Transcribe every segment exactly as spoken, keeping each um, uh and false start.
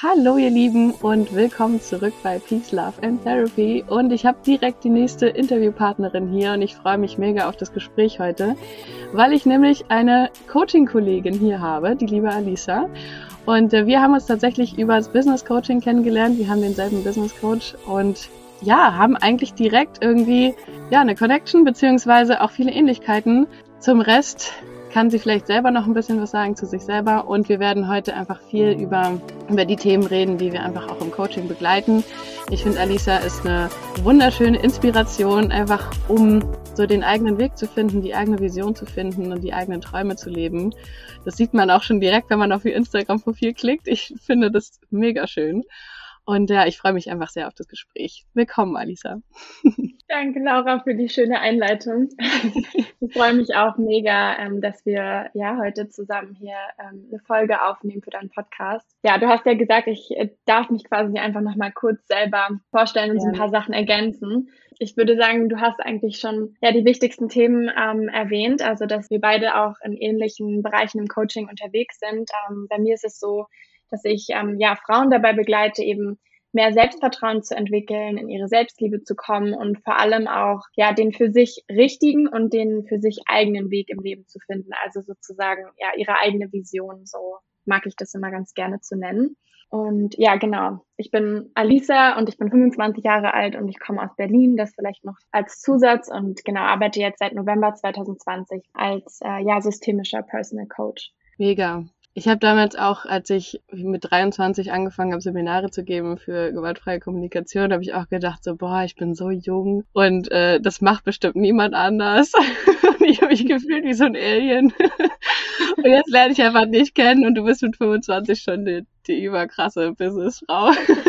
Hallo ihr Lieben und willkommen zurück bei Peace, Love and Therapy und ich habe direkt die nächste Interviewpartnerin hier und ich freue mich mega auf das Gespräch heute, weil ich nämlich eine Coaching-Kollegin hier habe, die liebe Alisa, und äh, wir haben uns tatsächlich über das Business Coaching kennengelernt, wir haben denselben Business Coach und ja, haben eigentlich direkt irgendwie ja eine Connection beziehungsweise auch viele Ähnlichkeiten. Zum Rest kann sie vielleicht selber noch ein bisschen was sagen zu sich selber und wir werden heute einfach viel über, über die Themen reden, die wir einfach auch im Coaching begleiten. Ich finde, Alisa ist eine wunderschöne Inspiration, einfach um so den eigenen Weg zu finden, die eigene Vision zu finden und die eigenen Träume zu leben. Das sieht man auch schon direkt, wenn man auf ihr Instagram-Profil klickt. Ich finde das mega schön. Und ja, ich freue mich einfach sehr auf das Gespräch. Willkommen, Alisa. Danke, Laura, für die schöne Einleitung. Ich freue mich auch mega, ähm, dass wir ja heute zusammen hier ähm, eine Folge aufnehmen für deinen Podcast. Ja, du hast ja gesagt, ich äh, darf mich quasi einfach noch mal kurz selber vorstellen und ja. so ein paar Sachen ergänzen. Ich würde sagen, du hast eigentlich schon ja die wichtigsten Themen ähm, erwähnt, also dass wir beide auch in ähnlichen Bereichen im Coaching unterwegs sind. Ähm, bei mir ist es so, dass ich ähm, ja Frauen dabei begleite, eben mehr Selbstvertrauen zu entwickeln, in ihre Selbstliebe zu kommen und vor allem auch ja den für sich richtigen und den für sich eigenen Weg im Leben zu finden. Also sozusagen ja ihre eigene Vision, so mag ich das immer ganz gerne zu nennen. Und ja, genau. Ich bin Alisa und ich bin fünfundzwanzig Jahre alt und ich komme aus Berlin, das vielleicht noch als Zusatz und genau arbeite jetzt seit November zwanzig zwanzig als äh, ja systemischer Personal Coach. Mega. Ich habe damals auch, als ich mit dreiundzwanzig angefangen habe, Seminare zu geben für gewaltfreie Kommunikation, habe ich auch gedacht, so boah, ich bin so jung und äh, das macht bestimmt niemand anders. Und ich habe mich gefühlt wie so ein Alien. Und jetzt lerne ich einfach dich kennen und du bist mit fünfundzwanzig schon die, die überkrasse Businessfrau.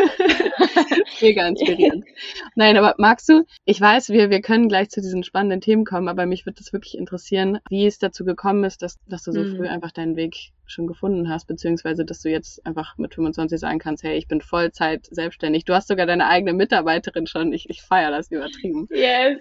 Mega inspirierend. Nein, aber magst du, ich weiß, wir wir können gleich zu diesen spannenden Themen kommen, aber mich würde das wirklich interessieren, wie es dazu gekommen ist, dass dass du so mhm. früh einfach deinen Weg schon gefunden hast, beziehungsweise dass du jetzt einfach mit fünfundzwanzig sagen kannst, hey, ich bin Vollzeit selbstständig. Du hast sogar deine eigene Mitarbeiterin schon. Ich, ich feiere das übertrieben. Yes.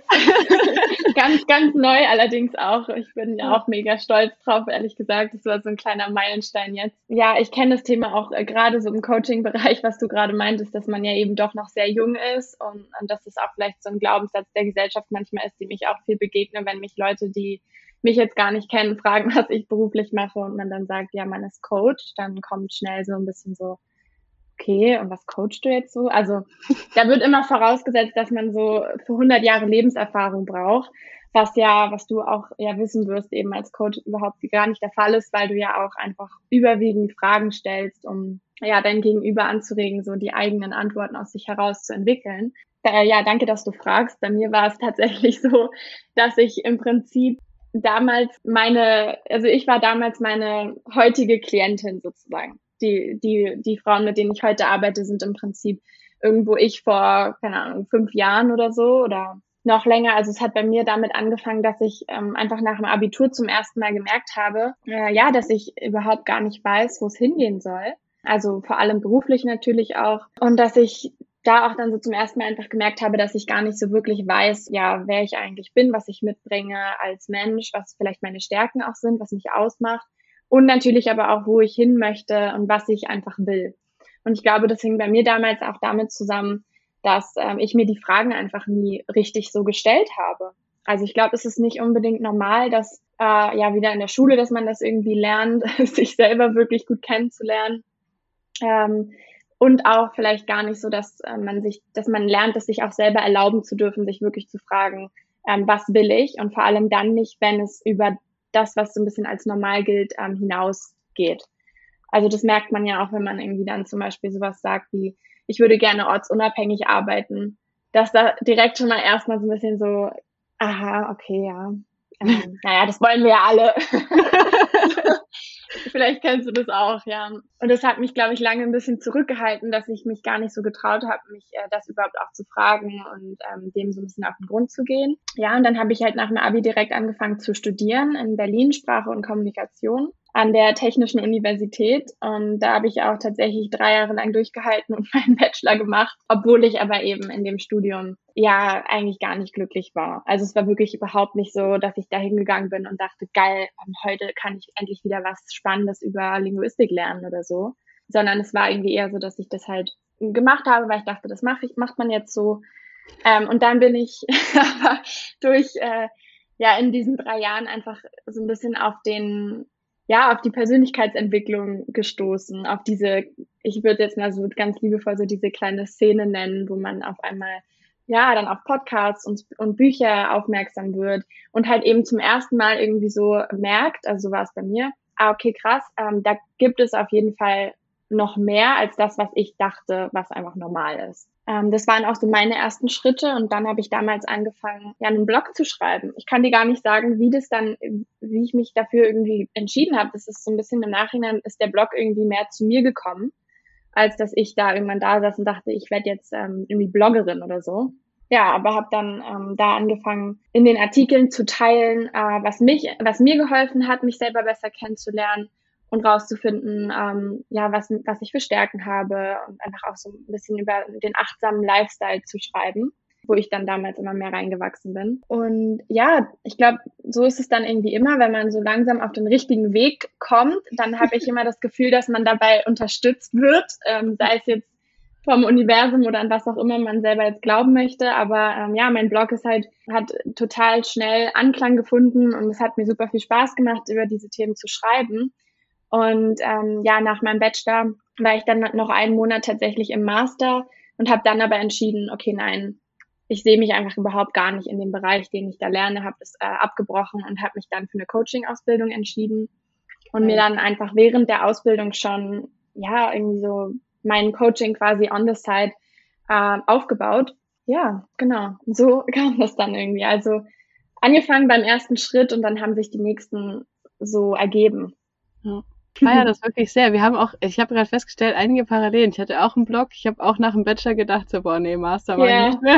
ganz, ganz neu allerdings auch. Ich bin ja auch mega stolz drauf, ehrlich gesagt. Das war so ein kleiner Meilenstein jetzt. Ja, ich kenne das Thema auch äh, gerade so im Coaching-Bereich, was du gerade meintest, dass man ja eben doch noch sehr jung ist und, und das ist auch vielleicht so ein Glaubenssatz der Gesellschaft manchmal ist, die mich auch viel begegnen, wenn mich Leute, die mich jetzt gar nicht kennen, fragen, was ich beruflich mache und man dann sagt, ja, man ist Coach, dann kommt schnell so ein bisschen so, okay, und was coachst du jetzt so? Also da wird immer vorausgesetzt, dass man so für hundert Jahre Lebenserfahrung braucht, was ja, was du auch ja wissen wirst, eben als Coach überhaupt gar nicht der Fall ist, weil du ja auch einfach überwiegend Fragen stellst, um ja dein Gegenüber anzuregen, so die eigenen Antworten aus sich heraus zu entwickeln. Äh, ja, danke, dass du fragst. Bei mir war es tatsächlich so, dass ich im Prinzip damals meine, also ich war damals meine heutige Klientin sozusagen. Die, die, die Frauen, mit denen ich heute arbeite, sind im Prinzip irgendwo ich vor, keine Ahnung, fünf Jahren oder so oder noch länger. Also es hat bei mir damit angefangen, dass ich ähm, einfach nach dem Abitur zum ersten Mal gemerkt habe, äh, ja, dass ich überhaupt gar nicht weiß, wo es hingehen soll. Also vor allem beruflich natürlich auch. Und dass ich da auch dann so zum ersten Mal einfach gemerkt habe, dass ich gar nicht so wirklich weiß, ja, wer ich eigentlich bin, was ich mitbringe als Mensch, was vielleicht meine Stärken auch sind, was mich ausmacht und natürlich aber auch, wo ich hin möchte und was ich einfach will. Und ich glaube, das hing bei mir damals auch damit zusammen, dass ähm, ich mir die Fragen einfach nie richtig so gestellt habe. Also ich glaube, es ist nicht unbedingt normal, dass äh, ja wieder in der Schule, dass man das irgendwie lernt, sich selber wirklich gut kennenzulernen. Ähm, Und auch vielleicht gar nicht so, dass äh, man sich, dass man lernt, es sich auch selber erlauben zu dürfen, sich wirklich zu fragen, ähm, was will ich? Und vor allem dann nicht, wenn es über das, was so ein bisschen als normal gilt, ähm, hinausgeht. Also das merkt man ja auch, wenn man irgendwie dann zum Beispiel sowas sagt wie, ich würde gerne ortsunabhängig arbeiten, dass da direkt schon mal erstmal so ein bisschen so, aha, okay, ja, ähm, naja, das wollen wir ja alle. Vielleicht kennst du das auch, ja. Und das hat mich, glaube ich, lange ein bisschen zurückgehalten, dass ich mich gar nicht so getraut habe, mich äh, das überhaupt auch zu fragen und ähm, dem so ein bisschen auf den Grund zu gehen. Ja, und dann habe ich halt nach dem Abi direkt angefangen zu studieren in Berlin, Sprache und Kommunikation an der Technischen Universität. Und da habe ich auch tatsächlich drei Jahre lang durchgehalten und meinen Bachelor gemacht, obwohl ich aber eben in dem Studium ja eigentlich gar nicht glücklich war. Also es war wirklich überhaupt nicht so, dass ich da hingegangen bin und dachte, geil, heute kann ich endlich wieder was Spannendes über Linguistik lernen oder so. sondern es war irgendwie eher so, dass ich das halt gemacht habe, weil ich dachte, das mache ich, macht man jetzt so. Ähm, und dann bin ich aber durch, äh, ja, in diesen drei Jahren einfach so ein bisschen auf den, ja, auf die Persönlichkeitsentwicklung gestoßen, auf diese, ich würde jetzt mal so ganz liebevoll so diese kleine Szene nennen, wo man auf einmal, ja, dann auf Podcasts und, und Bücher aufmerksam wird und halt eben zum ersten Mal irgendwie so merkt, also so war es bei mir, ah, okay, krass, ähm, da gibt es auf jeden Fall noch mehr als das, was ich dachte, was einfach normal ist. Ähm, das waren auch so meine ersten Schritte und dann habe ich damals angefangen, ja, einen Blog zu schreiben. Ich kann dir gar nicht sagen, wie das dann, wie ich mich dafür irgendwie entschieden habe. Das ist so ein bisschen im Nachhinein, ist der Blog irgendwie mehr zu mir gekommen, als dass ich da irgendwann da saß und dachte, ich werde jetzt ähm, irgendwie Bloggerin oder so. Ja, aber habe dann ähm, da angefangen, in den Artikeln zu teilen, äh, was mich, was mir geholfen hat, mich selber besser kennenzulernen und rauszufinden, ähm, ja, was, was ich für Stärken habe und einfach auch so ein bisschen über den achtsamen Lifestyle zu schreiben, wo ich dann damals immer mehr reingewachsen bin. Und ja, ich glaube, so ist es dann irgendwie immer, wenn man so langsam auf den richtigen Weg kommt, dann habe ich immer das Gefühl, dass man dabei unterstützt wird, ähm, sei es jetzt vom Universum oder an was auch immer man selber jetzt glauben möchte. Aber ähm, ja, mein Blog ist halt, hat total schnell Anklang gefunden und es hat mir super viel Spaß gemacht, über diese Themen zu schreiben. Und ähm, ja, nach meinem Bachelor war ich dann noch einen Monat tatsächlich im Master und habe dann aber entschieden, okay, nein, ich sehe mich einfach überhaupt gar nicht in dem Bereich, den ich da lerne, habe es äh, abgebrochen und habe mich dann für eine Coaching-Ausbildung entschieden und mir dann einfach während der Ausbildung schon, ja, irgendwie so mein Coaching quasi on the side äh, aufgebaut. Ja, genau. So kam das dann irgendwie. Also angefangen beim ersten Schritt und dann haben sich die nächsten so ergeben. Ja. Ich feiere das wirklich sehr. Wir haben auch, ich habe gerade festgestellt, einige Parallelen. Ich hatte auch einen Blog. Ich habe auch nach dem Bachelor gedacht, so, boah, nee, Master war Ja. nicht mehr.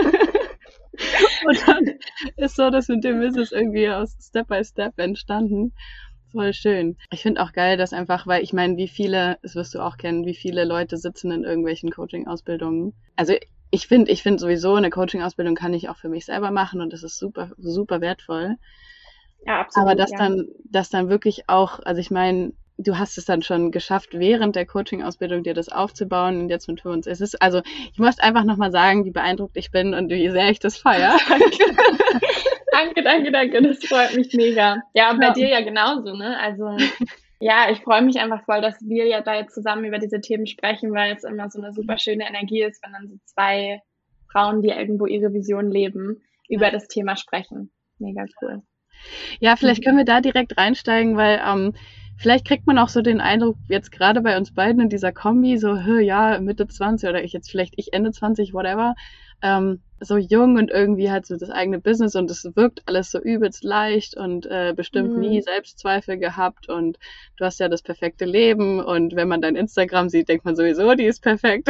Und dann ist so das mit dem Business irgendwie aus Step by Step entstanden. Voll schön. Ich finde auch geil, dass einfach, weil ich meine, wie viele, das wirst du auch kennen, wie viele Leute sitzen in irgendwelchen Coaching-Ausbildungen. Also ich finde, ich finde sowieso, eine Coaching-Ausbildung kann ich auch für mich selber machen und das ist super, super wertvoll. Ja, absolut. Aber dass ja. dann, dass dann wirklich auch, also ich meine, du hast es dann schon geschafft, während der Coaching-Ausbildung dir das aufzubauen und jetzt mit fünfundzwanzig. Es ist, also ich muss einfach nochmal sagen, wie beeindruckt ich bin und wie sehr ich das feiere. Danke, danke, danke. Das freut mich mega. Ja, und bei Ja. dir ja genauso, ne? Also ja, ich freue mich einfach voll, dass wir ja da jetzt zusammen über diese Themen sprechen, weil es immer so eine super schöne Energie ist, wenn dann so zwei Frauen, die irgendwo ihre Vision leben, über das Thema sprechen. Mega cool. Ja, vielleicht können wir da direkt reinsteigen, weil ähm, vielleicht kriegt man auch so den Eindruck, jetzt gerade bei uns beiden in dieser Kombi, so, hö, ja, Mitte zwanzig oder ich jetzt vielleicht, ich Ende zwanzig, whatever, ähm, so jung und irgendwie halt so das eigene Business und es wirkt alles so übelst leicht und äh, bestimmt Mhm. nie Selbstzweifel gehabt und du hast ja das perfekte Leben und wenn man dein Instagram sieht, denkt man sowieso, die ist perfekt.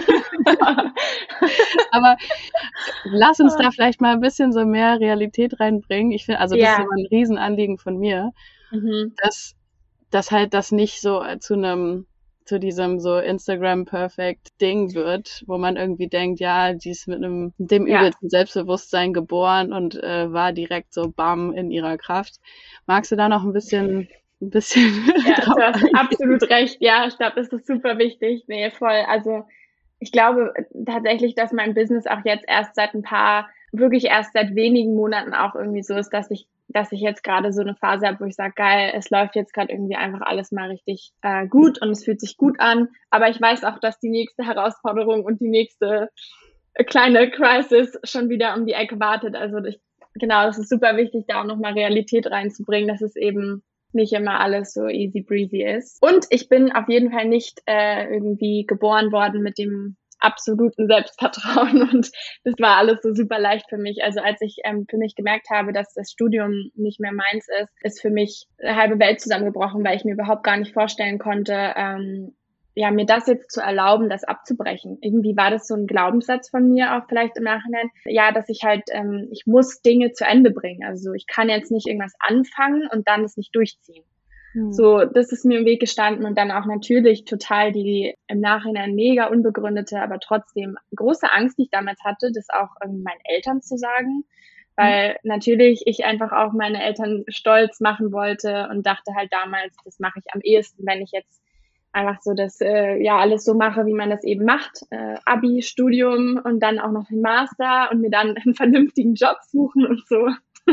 Aber lass uns da vielleicht mal ein bisschen so mehr Realität reinbringen. Ich finde, also das Ja. ist immer ein Riesenanliegen von mir, Mhm. dass, dass halt das nicht so zu einem, zu diesem so Instagram-Perfect-Ding wird, wo man irgendwie denkt, ja, die ist mit einem, dem Ja. übelsten Selbstbewusstsein geboren und äh, war direkt so bam in ihrer Kraft. Magst du da noch ein bisschen, ein bisschen Ja, drauf du hast eingehen? absolut recht. Ja, ich glaube, das ist super wichtig. Nee, voll. Also ich glaube tatsächlich, dass mein Business auch jetzt erst seit ein paar, wirklich erst seit wenigen Monaten auch irgendwie so ist, dass ich, dass ich jetzt gerade so eine Phase habe, wo ich sage, geil, es läuft jetzt gerade irgendwie einfach alles mal richtig äh, gut und es fühlt sich gut an. Aber ich weiß auch, dass die nächste Herausforderung und die nächste äh, kleine Crisis schon wieder um die Ecke wartet. Also ich, genau, das ist super wichtig, da auch nochmal Realität reinzubringen, dass es eben nicht immer alles so easy breezy ist. Und ich bin auf jeden Fall nicht äh, irgendwie geboren worden mit dem absoluten Selbstvertrauen und das war alles so super leicht für mich. Also als ich ähm, für mich gemerkt habe, dass das Studium nicht mehr meins ist, ist für mich eine halbe Welt zusammengebrochen, weil ich mir überhaupt gar nicht vorstellen konnte, ähm, ja, mir das jetzt zu erlauben, das abzubrechen. Irgendwie war das so ein Glaubenssatz von mir auch vielleicht im Nachhinein, ja, dass ich halt, ähm, ich muss Dinge zu Ende bringen. Also ich kann jetzt nicht irgendwas anfangen und dann es nicht durchziehen. Hm. So, das ist mir im Weg gestanden und dann auch natürlich total die im Nachhinein mega unbegründete, aber trotzdem große Angst, die ich damals hatte, das auch irgendwie meinen Eltern zu sagen, weil natürlich ich einfach auch meine Eltern stolz machen wollte und dachte halt damals, das mache ich am ehesten, wenn ich jetzt einfach so, dass äh, ja alles so mache, wie man das eben macht. Äh, Abi, Studium und dann auch noch den Master und mir dann einen vernünftigen Job suchen und so.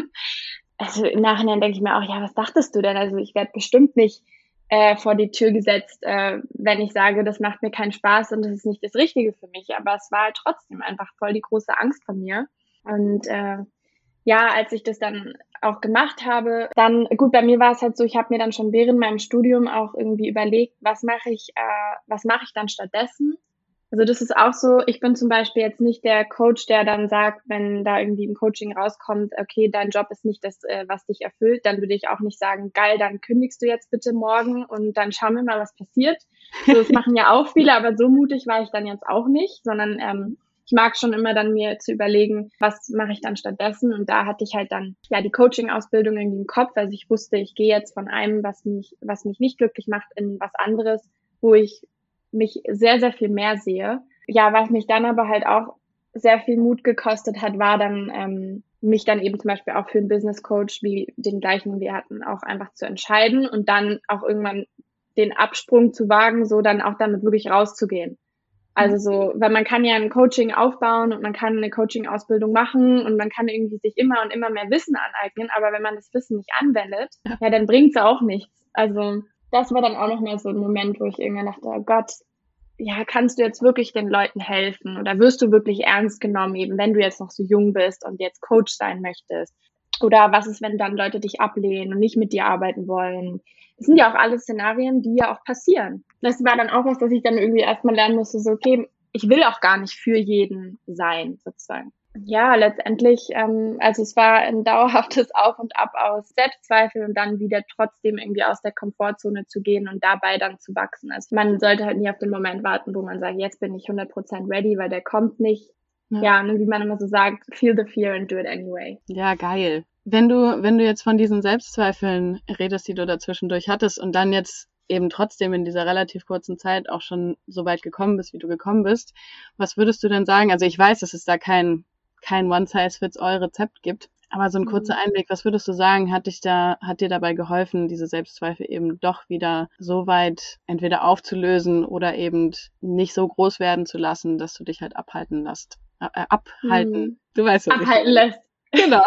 Also im Nachhinein denke ich mir auch, ja, was dachtest du denn? Also ich werde bestimmt nicht äh, vor die Tür gesetzt, äh, wenn ich sage, das macht mir keinen Spaß und das ist nicht das Richtige für mich. Aber es war halt trotzdem einfach voll die große Angst von mir. Und äh, ja, als ich das dann auch gemacht habe, dann, gut, bei mir war es halt so, ich habe mir dann schon während meinem Studium auch irgendwie überlegt, was mache ich, äh, was mache ich dann stattdessen? Also das ist auch so, ich bin zum Beispiel jetzt nicht der Coach, der dann sagt, wenn da irgendwie im Coaching rauskommt, okay, dein Job ist nicht das, äh, was dich erfüllt, dann würde ich auch nicht sagen, geil, dann kündigst du jetzt bitte morgen und dann schauen wir mal, was passiert. So, das machen ja auch viele, aber so mutig war ich dann jetzt auch nicht, sondern ähm, ich mag schon immer dann mir zu überlegen, was mache ich dann stattdessen. Und da hatte ich halt dann ja die Coaching-Ausbildung irgendwie im Kopf. Also ich wusste, ich gehe jetzt von einem, was mich, was mich nicht glücklich macht, in was anderes, wo ich mich sehr, sehr viel mehr sehe. Ja, was mich dann aber halt auch sehr viel Mut gekostet hat, war dann ähm, mich dann eben zum Beispiel auch für einen Business Coach wie den gleichen wir hatten auch einfach zu entscheiden und dann auch irgendwann den Absprung zu wagen, so dann auch damit wirklich rauszugehen. Also so, weil man kann ja ein Coaching aufbauen und man kann eine Coaching-Ausbildung machen und man kann irgendwie sich immer und immer mehr Wissen aneignen, aber wenn man das Wissen nicht anwendet, ja, ja dann bringt's auch nichts. Also das war dann auch noch mal so ein Moment, wo ich irgendwann dachte, oh Gott, ja, kannst du jetzt wirklich den Leuten helfen oder wirst du wirklich ernst genommen, eben wenn du jetzt noch so jung bist und jetzt Coach sein möchtest? Oder was ist, wenn dann Leute dich ablehnen und nicht mit dir arbeiten wollen? Das sind ja auch alles Szenarien, die ja auch passieren. Das war dann auch was, dass ich dann irgendwie erstmal lernen musste, so, okay, ich will auch gar nicht für jeden sein, sozusagen. Ja, letztendlich, ähm, also es war ein dauerhaftes Auf und Ab aus Selbstzweifel und dann wieder trotzdem irgendwie aus der Komfortzone zu gehen und dabei dann zu wachsen. Also man sollte halt nie auf den Moment warten, wo man sagt, jetzt bin ich hundert Prozent ready, weil der kommt nicht. Ja, ja, und wie man immer so sagt, feel the fear and do it anyway. Ja, geil. Wenn du, wenn du jetzt von diesen Selbstzweifeln redest, die du dazwischendurch hattest und dann jetzt eben trotzdem in dieser relativ kurzen Zeit auch schon so weit gekommen bist, wie du gekommen bist, was würdest du denn sagen? Also ich weiß, dass es da kein, kein One-Size-Fits-All-Rezept gibt, aber so ein kurzer mhm. Einblick, was würdest du sagen, hat dich da, hat dir dabei geholfen, diese Selbstzweifel eben doch wieder so weit entweder aufzulösen oder eben nicht so groß werden zu lassen, dass du dich halt abhalten lässt? Äh, abhalten. Hm. Du weißt, was abhalten ich lässt. Genau.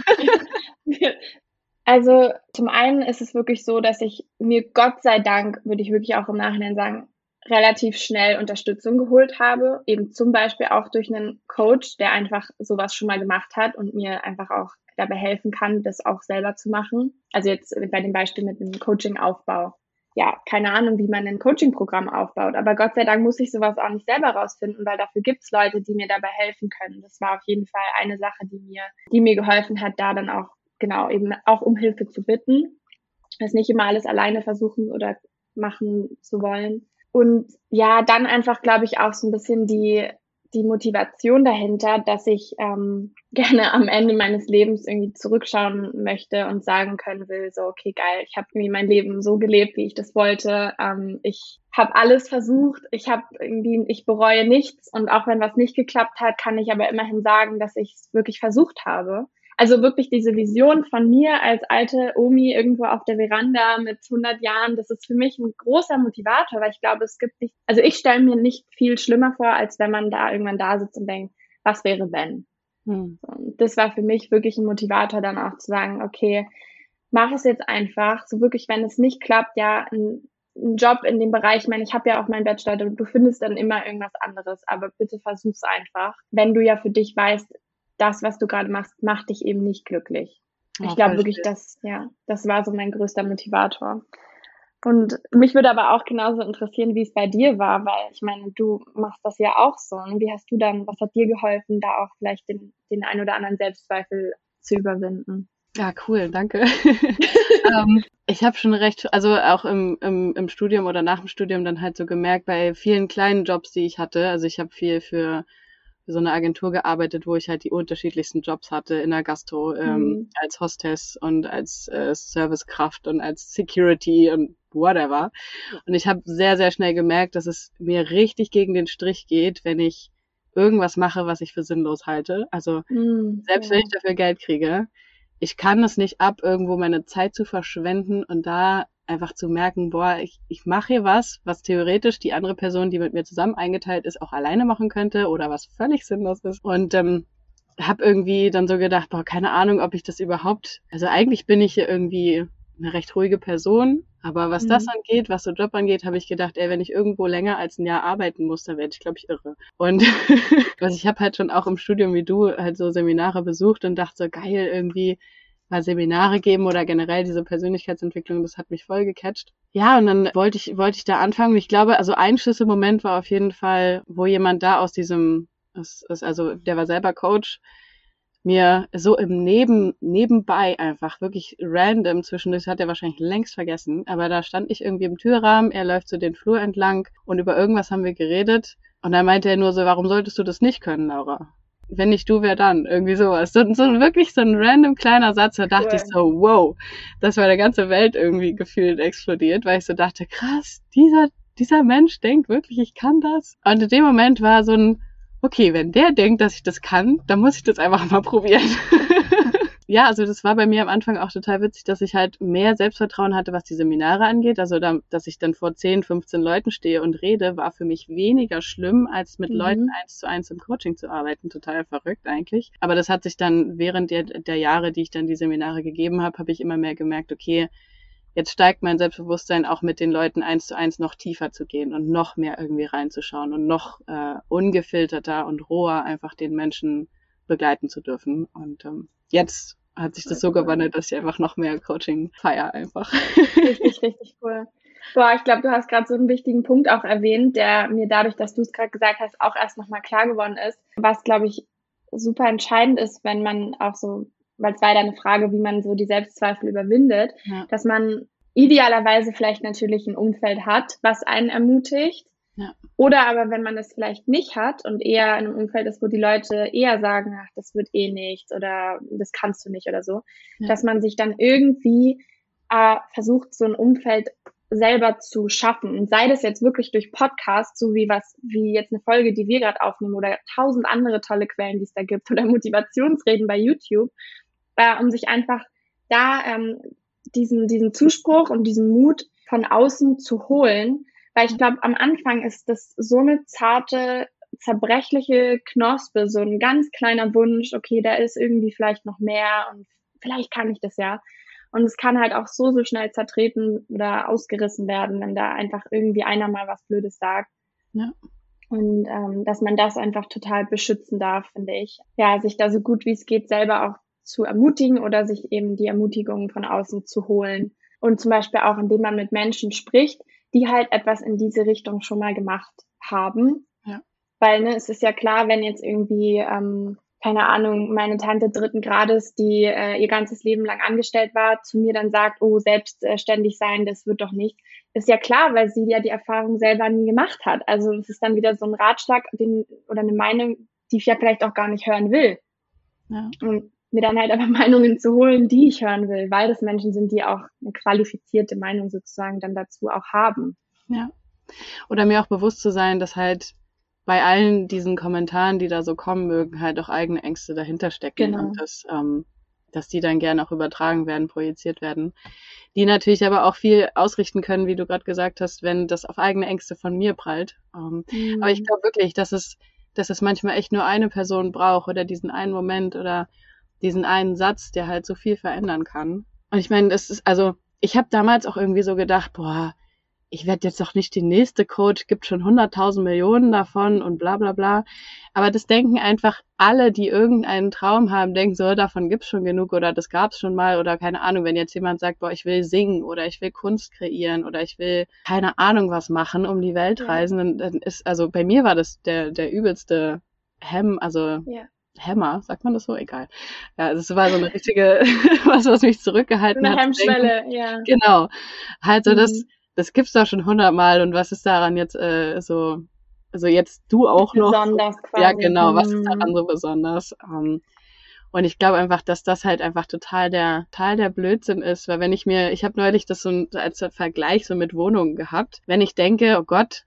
Also zum einen ist es wirklich so, dass ich mir Gott sei Dank, würde ich wirklich auch im Nachhinein sagen, relativ schnell Unterstützung geholt habe. Eben zum Beispiel auch durch einen Coach, der einfach sowas schon mal gemacht hat und mir einfach auch dabei helfen kann, das auch selber zu machen. Also jetzt bei dem Beispiel mit dem Coaching-Aufbau. Ja, keine Ahnung, wie man ein Coaching-Programm aufbaut. Aber Gott sei Dank muss ich sowas auch nicht selber rausfinden, weil dafür gibt's Leute, die mir dabei helfen können. Das war auf jeden Fall eine Sache, die mir, die mir geholfen hat, da dann auch, genau, eben auch um Hilfe zu bitten. Das nicht immer alles alleine versuchen oder machen zu wollen. Und ja, dann einfach, glaube ich, auch so ein bisschen die, die Motivation dahinter, dass ich ähm, gerne am Ende meines Lebens irgendwie zurückschauen möchte und sagen können will, so, okay, geil, ich habe irgendwie mein Leben so gelebt, wie ich das wollte. Ähm, ich habe alles versucht, ich habe irgendwie, ich bereue nichts und auch wenn was nicht geklappt hat, kann ich aber immerhin sagen, dass ich es wirklich versucht habe. Also wirklich diese Vision von mir als alte Omi irgendwo auf der Veranda mit hundert Jahren, das ist für mich ein großer Motivator, weil ich glaube, es gibt nicht, also ich stelle mir nicht viel schlimmer vor, als wenn man da irgendwann da sitzt und denkt, was wäre wenn? Hm. Und das war für mich wirklich ein Motivator, dann auch zu sagen, okay, mach es jetzt einfach, so wirklich, wenn es nicht klappt, ja, ein, ein Job in dem Bereich, ich meine, ich habe ja auch meinen Bachelor, du, du findest dann immer irgendwas anderes, aber bitte versuch's einfach, wenn du ja für dich weißt, das, was du gerade machst, macht dich eben nicht glücklich. Oh, ich glaube wirklich, dass, ja, das war so mein größter Motivator. Und mich würde aber auch genauso interessieren, wie es bei dir war, weil ich meine, du machst das ja auch so. Und wie hast du dann, was hat dir geholfen, da auch vielleicht den, den ein oder anderen Selbstzweifel zu überwinden? Ja, cool, danke. ähm, ich habe schon recht, also auch im, im, im Studium oder nach dem Studium dann halt so gemerkt, bei vielen kleinen Jobs, die ich hatte, also ich habe viel für für so eine Agentur gearbeitet, wo ich halt die unterschiedlichsten Jobs hatte in der Gastro, ähm, mhm. als Hostess und als äh, Servicekraft und als Security und whatever. Und ich habe sehr, sehr schnell gemerkt, dass es mir richtig gegen den Strich geht, wenn ich irgendwas mache, was ich für sinnlos halte. Also mhm, selbst ja. wenn ich dafür Geld kriege, ich kann es nicht ab, irgendwo meine Zeit zu verschwenden und da einfach zu merken, boah, ich, ich mache hier was, was theoretisch die andere Person, die mit mir zusammen eingeteilt ist, auch alleine machen könnte oder was völlig sinnlos ist. Und ähm, habe irgendwie dann so gedacht, boah, keine Ahnung, ob ich das überhaupt, also eigentlich bin ich hier irgendwie eine recht ruhige Person, aber was mhm. das angeht, was so Job angeht, habe ich gedacht, ey, wenn ich irgendwo länger als ein Jahr arbeiten muss, dann werde ich, glaube ich, irre. Und also ich habe halt schon auch im Studium wie du halt so Seminare besucht und dachte so, geil, irgendwie mal Seminare geben oder generell diese Persönlichkeitsentwicklung, das hat mich voll gecatcht. Ja, und dann wollte ich, wollte ich da anfangen. Und ich glaube, also ein Schlüsselmoment war auf jeden Fall, wo jemand da aus diesem, das ist, also der war selber Coach, mir so im Neben, nebenbei einfach wirklich random zwischendurch, das hat er wahrscheinlich längst vergessen, aber da stand ich irgendwie im Türrahmen, er läuft so den Flur entlang und über irgendwas haben wir geredet und dann meinte er nur so, warum solltest du das nicht können, Laura? Wenn nicht du, wer dann? Irgendwie sowas. So, so wirklich so ein random kleiner Satz, da dachte cool. ich so, wow, dass meine ganze Welt irgendwie gefühlt explodiert, weil ich so dachte, krass, dieser, dieser Mensch denkt wirklich, ich kann das. Und in dem Moment war so ein, okay, wenn der denkt, dass ich das kann, dann muss ich das einfach mal probieren. Ja, also das war bei mir am Anfang auch total witzig, dass ich halt mehr Selbstvertrauen hatte, was die Seminare angeht. Also da, dass ich dann vor zehn, fünfzehn Leuten stehe und rede, war für mich weniger schlimm, als mit mhm. Leuten eins zu eins im Coaching zu arbeiten. Total verrückt eigentlich. Aber das hat sich dann während der, der Jahre, die ich dann die Seminare gegeben habe, habe ich immer mehr gemerkt, okay, jetzt steigt mein Selbstbewusstsein auch mit den Leuten eins zu eins noch tiefer zu gehen und noch mehr irgendwie reinzuschauen und noch äh, ungefilterter und roher einfach den Menschen begleiten zu dürfen. Und ähm, jetzt hat sich das so gewandelt, dass ich einfach noch mehr Coaching feiere einfach. Richtig, richtig cool. Boah, ich glaube, du hast gerade so einen wichtigen Punkt auch erwähnt, der mir dadurch, dass du es gerade gesagt hast, auch erst nochmal klar geworden ist, was, glaube ich, super entscheidend ist, wenn man auch so, weil es war ja eine Frage, wie man so die Selbstzweifel überwindet, ja. dass man idealerweise vielleicht natürlich ein Umfeld hat, was einen ermutigt. Ja. Oder aber wenn man das vielleicht nicht hat und eher in einem Umfeld ist, wo die Leute eher sagen, ach, das wird eh nichts oder das kannst du nicht oder so, ja. dass man sich dann irgendwie äh, versucht, so ein Umfeld selber zu schaffen. Und sei das jetzt wirklich durch Podcasts, so wie was, wie jetzt eine Folge, die wir gerade aufnehmen oder tausend andere tolle Quellen, die es da gibt oder Motivationsreden bei YouTube, äh, um sich einfach da ähm, diesen, diesen Zuspruch und diesen Mut von außen zu holen. Weil ich glaube, am Anfang ist das so eine zarte, zerbrechliche Knospe, so ein ganz kleiner Wunsch, okay, da ist irgendwie vielleicht noch mehr und vielleicht kann ich das ja. Und es kann halt auch so, so schnell zertreten oder ausgerissen werden, wenn da einfach irgendwie einer mal was Blödes sagt. Ja. Und ähm, dass man das einfach total beschützen darf, finde ich. Ja, sich da so gut wie es geht selber auch zu ermutigen oder sich eben die Ermutigung von außen zu holen. Und zum Beispiel auch, indem man mit Menschen spricht, die halt etwas in diese Richtung schon mal gemacht haben. Ja. Weil ne, es ist ja klar, wenn jetzt irgendwie, ähm, keine Ahnung, meine Tante dritten Grades, die äh, ihr ganzes Leben lang angestellt war, zu mir dann sagt, oh, selbstständig sein, das wird doch nicht. Ist ja klar, weil sie ja die Erfahrung selber nie gemacht hat. Also es ist dann wieder so ein Ratschlag den, oder eine Meinung, die ich ja vielleicht auch gar nicht hören will. Ja. Und mir dann halt aber Meinungen zu holen, die ich hören will, weil das Menschen sind, die auch eine qualifizierte Meinung sozusagen dann dazu auch haben. Ja. Oder mir auch bewusst zu sein, dass halt bei allen diesen Kommentaren, die da so kommen mögen, halt auch eigene Ängste dahinter stecken. Genau. Und dass, ähm, dass die dann gerne auch übertragen werden, projiziert werden. Die natürlich aber auch viel ausrichten können, wie du gerade gesagt hast, wenn das auf eigene Ängste von mir prallt. Ähm, mhm. Aber ich glaube wirklich, dass es, dass es manchmal echt nur eine Person braucht oder diesen einen Moment oder diesen einen Satz, der halt so viel verändern kann. Und ich meine, das ist, also, ich habe damals auch irgendwie so gedacht, boah, ich werde jetzt doch nicht die nächste Coach, gibt schon hunderttausend Millionen davon und bla bla bla. Aber das denken einfach alle, die irgendeinen Traum haben, denken so, davon gibt's schon genug oder das gab's schon mal oder keine Ahnung, wenn jetzt jemand sagt, boah, ich will singen oder ich will Kunst kreieren oder ich will keine Ahnung was machen, um die Welt reisen, dann, dann ist, also bei mir war das der, der übelste Hemm, also ja. Hämmer, sagt man das so? Egal. Ja, also es war so eine richtige, was, was mich zurückgehalten eine hat. Eine Hemmschwelle, ja. Genau. Halt so, mhm. das, das gibt's doch schon hundertmal und was ist daran jetzt äh, so, also jetzt du auch noch. Besonders so, quasi. Ja, genau, was ist daran so besonders? Um, und ich glaube einfach, dass das halt einfach total der, total der Blödsinn ist, weil wenn ich mir, ich habe neulich das so als Vergleich so mit Wohnungen gehabt, wenn ich denke, oh Gott,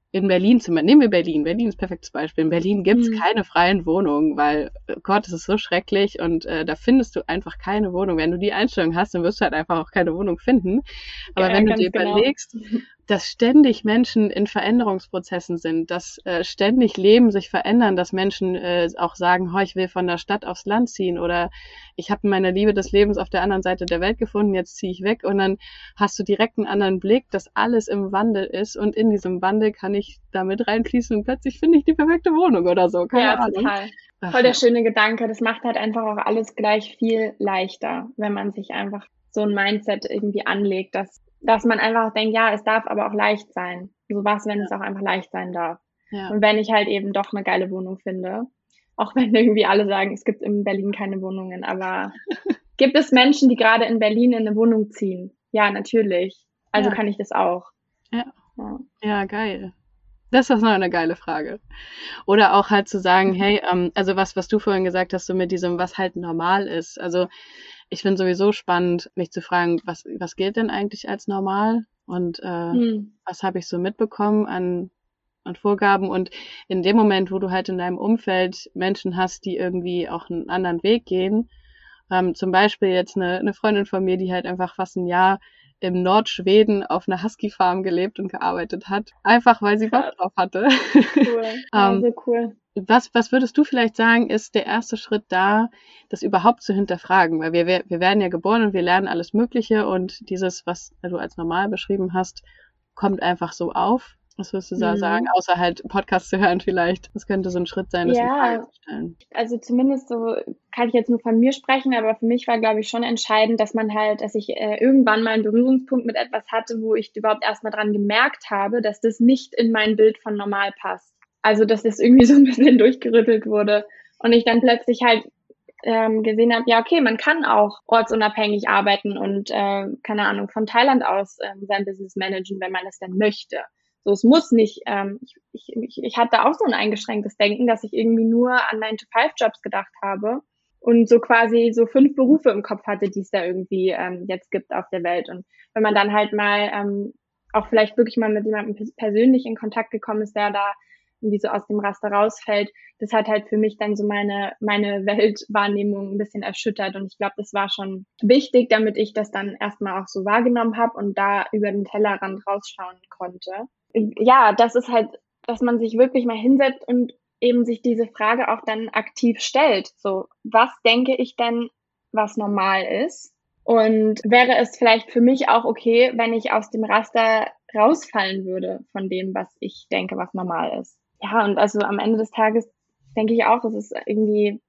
in Berlin zum Beispiel, nehmen wir Berlin, Berlin ist ein perfektes Beispiel. In Berlin gibt's Mhm. keine freien Wohnungen, weil, oh Gott, es ist so schrecklich und äh, da findest du einfach keine Wohnung. Wenn du die Einstellung hast, dann wirst du halt einfach auch keine Wohnung finden. Aber Ja, wenn du ganz dir genau. überlegst, dass ständig Menschen in Veränderungsprozessen sind, dass äh, ständig Leben sich verändern, dass Menschen äh, auch sagen, oh, ich will von der Stadt aufs Land ziehen oder ich habe meine Liebe des Lebens auf der anderen Seite der Welt gefunden, jetzt ziehe ich weg und dann hast du direkt einen anderen Blick, dass alles im Wandel ist und in diesem Wandel kann ich damit reinfließen und plötzlich finde ich die perfekte Wohnung oder so, keine Ja, Ahnung. total. Ach, Voll ja. der schöne Gedanke. Das macht halt einfach auch alles gleich viel leichter, wenn man sich einfach so ein Mindset irgendwie anlegt, dass, dass man einfach denkt, ja, es darf aber auch leicht sein. So was, wenn es auch einfach leicht sein darf. Ja. Und wenn ich halt eben doch eine geile Wohnung finde, auch wenn irgendwie alle sagen, es gibt in Berlin keine Wohnungen, aber gibt es Menschen, die gerade in Berlin in eine Wohnung ziehen? Ja, natürlich. Also Ja. kann ich das auch. Ja. Ja. Ja, geil. Das ist noch eine geile Frage. Oder auch halt zu sagen, hey, ähm, also was, was du vorhin gesagt hast, so mit diesem, was halt normal ist. Also ich finde sowieso spannend, mich zu fragen, was, was gilt denn eigentlich als normal? Und äh, Hm. was habe ich so mitbekommen an, an Vorgaben? Und in dem Moment, wo du halt in deinem Umfeld Menschen hast, die irgendwie auch einen anderen Weg gehen, ähm, zum Beispiel jetzt eine, eine Freundin von mir, die halt einfach fast ein Jahr im Nordschweden auf einer Husky-Farm gelebt und gearbeitet hat, einfach weil sie Bock Krass. drauf hatte. Cool. Ja, ähm, so cool. was, was würdest du vielleicht sagen, ist der erste Schritt da, das überhaupt zu hinterfragen? Weil wir, wir wir werden ja geboren und wir lernen alles Mögliche und dieses, was du als normal beschrieben hast, kommt einfach so auf. Was würdest du da sagen? Mhm. Außer halt Podcast zu hören vielleicht. Das könnte so ein Schritt sein, das in Frage Ja, zu stellen. also zumindest so kann ich jetzt nur von mir sprechen, aber für mich war, glaube ich, schon entscheidend, dass man halt, dass ich äh, irgendwann mal einen Berührungspunkt mit etwas hatte, wo ich überhaupt erstmal dran gemerkt habe, dass das nicht in mein Bild von normal passt. Also, dass das irgendwie so ein bisschen durchgerüttelt wurde und ich dann plötzlich halt ähm, gesehen habe, ja, okay, man kann auch ortsunabhängig arbeiten und, äh, keine Ahnung, von Thailand aus ähm, sein Business managen, wenn man es denn möchte. So, es muss nicht, ähm, ich, ich, ich hatte auch so ein eingeschränktes Denken, dass ich irgendwie nur an nine to five Jobs gedacht habe und so quasi so fünf Berufe im Kopf hatte, die es da irgendwie ähm, jetzt gibt auf der Welt. Und wenn man dann halt mal ähm, auch vielleicht wirklich mal mit jemandem persönlich in Kontakt gekommen ist, der da irgendwie so aus dem Raster rausfällt, das hat halt für mich dann so meine, meine Weltwahrnehmung ein bisschen erschüttert. Und ich glaube, das war schon wichtig, damit ich das dann erstmal auch so wahrgenommen habe und da über den Tellerrand rausschauen konnte. Ja, das ist halt, dass man sich wirklich mal hinsetzt und eben sich diese Frage auch dann aktiv stellt. So, was denke ich denn, was normal ist? Und wäre es vielleicht für mich auch okay, wenn ich aus dem Raster rausfallen würde von dem, was ich denke, was normal ist? Ja, und also am Ende des Tages denke ich auch, das ist irgendwie,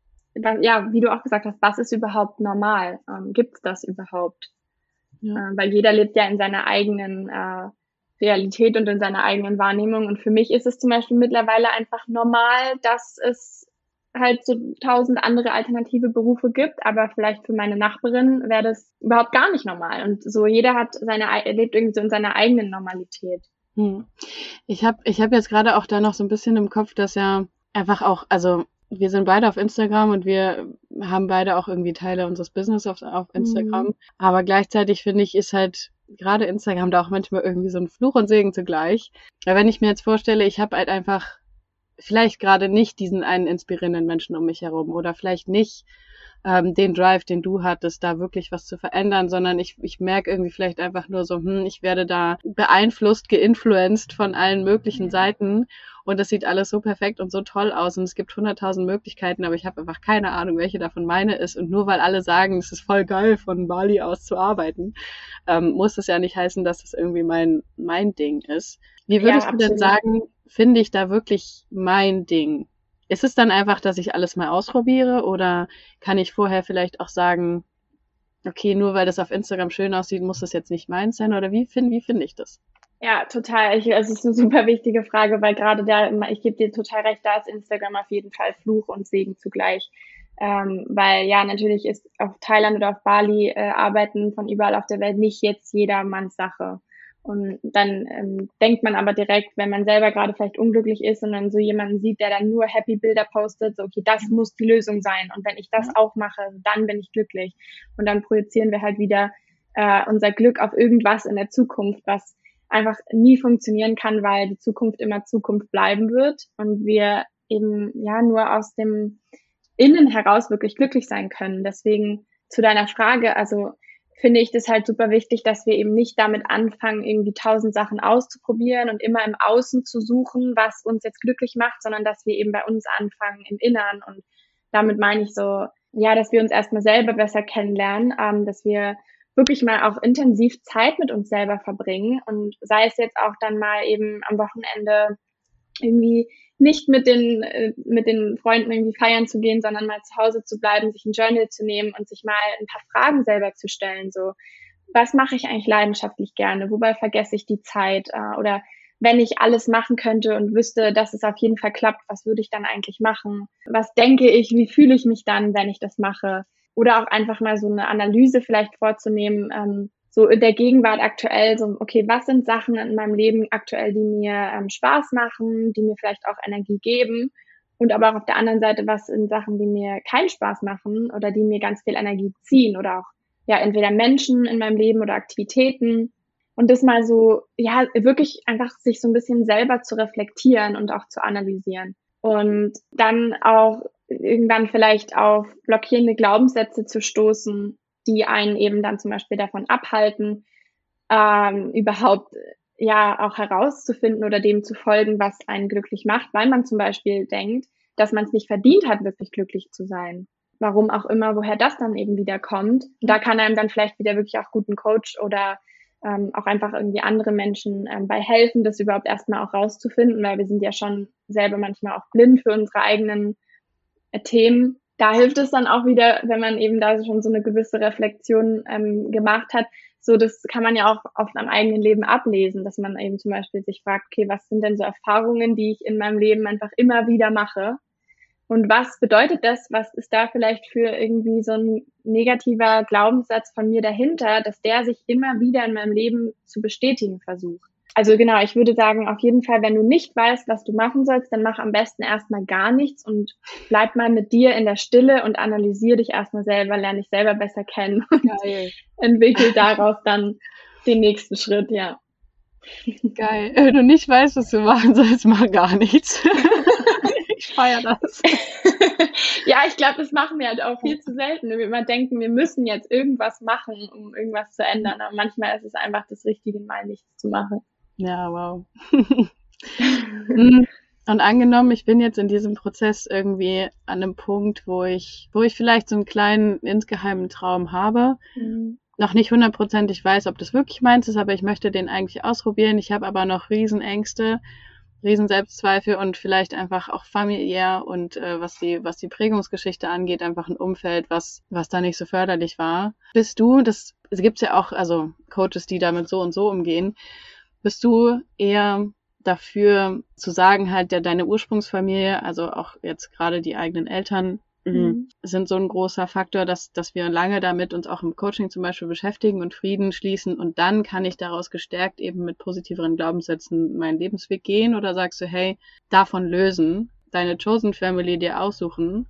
ja, wie du auch gesagt hast, was ist überhaupt normal? Ähm, Gibt es das überhaupt? Ja. Äh, weil jeder lebt ja in seiner eigenen äh, Realität und in seiner eigenen Wahrnehmung. Und für mich ist es zum Beispiel mittlerweile einfach normal, dass es halt so tausend andere alternative Berufe gibt, aber vielleicht für meine Nachbarin wäre das überhaupt gar nicht normal. Und so jeder hat seine, lebt irgendwie so in seiner eigenen Normalität. Hm. Ich habe ich hab jetzt gerade auch da noch so ein bisschen im Kopf, dass ja einfach auch, also wir sind beide auf Instagram und wir haben beide auch irgendwie Teile unseres Business auf, auf Instagram. Mhm. Aber gleichzeitig finde ich, ist halt gerade Instagram da auch manchmal irgendwie so ein Fluch und Segen zugleich. Weil wenn ich mir jetzt vorstelle, ich habe halt einfach vielleicht gerade nicht diesen einen inspirierenden Menschen um mich herum oder vielleicht nicht ähm, den Drive, den du hattest, da wirklich was zu verändern, sondern ich, ich merke irgendwie vielleicht einfach nur so, hm, ich werde da beeinflusst, geinfluenced von allen möglichen Seiten und das sieht alles so perfekt und so toll aus und es gibt hunderttausend Möglichkeiten, aber ich habe einfach keine Ahnung, welche davon meine ist und nur weil alle sagen, es ist voll geil, von Bali aus zu arbeiten, ähm, muss das ja nicht heißen, dass das irgendwie mein, mein Ding ist. Wie würdest Ja, du denn absolut. sagen, finde ich da wirklich mein Ding? Ist es dann einfach, dass ich alles mal ausprobiere oder kann ich vorher vielleicht auch sagen, okay, nur weil das auf Instagram schön aussieht, muss das jetzt nicht meins sein oder wie finde wie finde ich das? Ja, total. Ich, es ist eine super wichtige Frage, weil gerade da, ich gebe dir total recht, da ist Instagram auf jeden Fall Fluch und Segen zugleich. Ähm, weil ja, natürlich ist auf Thailand oder auf Bali äh, Arbeiten von überall auf der Welt nicht jetzt jedermanns Sache. Und dann ähm, denkt man aber direkt, wenn man selber gerade vielleicht unglücklich ist und dann so jemanden sieht, der dann nur Happy Bilder postet, so okay, das muss die Lösung sein. Und wenn ich das auch mache, dann bin ich glücklich. Und dann projizieren wir halt wieder äh, unser Glück auf irgendwas in der Zukunft, was einfach nie funktionieren kann, weil die Zukunft immer Zukunft bleiben wird und wir eben ja nur aus dem Innen heraus wirklich glücklich sein können. Deswegen zu deiner Frage, also finde ich das halt super wichtig, dass wir eben nicht damit anfangen, irgendwie tausend Sachen auszuprobieren und immer im Außen zu suchen, was uns jetzt glücklich macht, sondern dass wir eben bei uns anfangen im Inneren. Und damit meine ich so, ja, dass wir uns erstmal selber besser kennenlernen, ähm, dass wir wirklich mal auch intensiv Zeit mit uns selber verbringen und sei es jetzt auch dann mal eben am Wochenende irgendwie nicht mit den äh, mit den Freunden irgendwie feiern zu gehen, sondern mal zu Hause zu bleiben, sich ein Journal zu nehmen und sich mal ein paar Fragen selber zu stellen, so was mache ich eigentlich leidenschaftlich gerne, wobei vergesse ich die Zeit äh, oder wenn ich alles machen könnte und wüsste, dass es auf jeden Fall klappt, was würde ich dann eigentlich machen? Was denke ich, wie fühle ich mich dann, wenn ich das mache? Oder auch einfach mal so eine Analyse vielleicht vorzunehmen, ähm, so in der Gegenwart aktuell, so, okay, was sind Sachen in meinem Leben aktuell, die mir ähm, Spaß machen, die mir vielleicht auch Energie geben? Und aber auch auf der anderen Seite, was sind Sachen, die mir keinen Spaß machen oder die mir ganz viel Energie ziehen oder auch, ja, entweder Menschen in meinem Leben oder Aktivitäten. Und das mal so, ja, wirklich einfach sich so ein bisschen selber zu reflektieren und auch zu analysieren. Und dann auch irgendwann vielleicht auf blockierende Glaubenssätze zu stoßen, die einen eben dann zum Beispiel davon abhalten, ähm, überhaupt ja auch herauszufinden oder dem zu folgen, was einen glücklich macht, weil man zum Beispiel denkt, dass man es nicht verdient hat, wirklich glücklich zu sein. Warum auch immer, woher das dann eben wieder kommt. Und da kann einem dann vielleicht wieder wirklich auch guten Coach oder ähm, auch einfach irgendwie andere Menschen ähm, bei helfen, das überhaupt erstmal auch rauszufinden, weil wir sind ja schon selber manchmal auch blind für unsere eigenen äh, Themen. Da hilft es dann auch wieder, wenn man eben da schon so eine gewisse Reflexion ähm, gemacht hat. So, das kann man ja auch auf einem eigenen Leben ablesen, dass man eben zum Beispiel sich fragt, okay, was sind denn so Erfahrungen, die ich in meinem Leben einfach immer wieder mache? Und was bedeutet das? Was ist da vielleicht für irgendwie so ein negativer Glaubenssatz von mir dahinter, dass der sich immer wieder in meinem Leben zu bestätigen versucht? Also genau, ich würde sagen, auf jeden Fall, wenn du nicht weißt, was du machen sollst, dann mach am besten erstmal gar nichts und bleib mal mit dir in der Stille und analysiere dich erstmal selber, lerne dich selber besser kennen und Geil. entwickel daraus dann den nächsten Schritt, ja. Geil. Wenn du nicht weißt, was du machen sollst, mach gar nichts. Ich feiere das. Ja, ich glaube, das machen wir halt auch viel zu selten. Wir immer denken, wir müssen jetzt irgendwas machen, um irgendwas zu ändern. Aber manchmal ist es einfach das Richtige, mal nichts zu machen. Ja, wow. Und angenommen, ich bin jetzt in diesem Prozess irgendwie an einem Punkt, wo ich, wo ich vielleicht so einen kleinen insgeheimen Traum habe, mhm. noch nicht hundertprozentig weiß, ob das wirklich meins ist, aber ich möchte den eigentlich ausprobieren. Ich habe aber noch Riesenängste, riesen Selbstzweifel und vielleicht einfach auch familiär und äh, was die was die Prägungsgeschichte angeht, einfach ein Umfeld, was was da nicht so förderlich war. Bist du, das es gibt's ja auch, also Coaches, die damit so und so umgehen, bist du eher dafür zu sagen, halt, ja, deine Ursprungsfamilie, also auch jetzt gerade die eigenen Eltern, mhm. sind so ein großer Faktor, dass dass wir lange damit uns auch im Coaching zum Beispiel beschäftigen und Frieden schließen und dann kann ich daraus gestärkt eben mit positiveren Glaubenssätzen meinen Lebensweg gehen? Oder sagst du, hey, davon lösen, deine Chosen Family dir aussuchen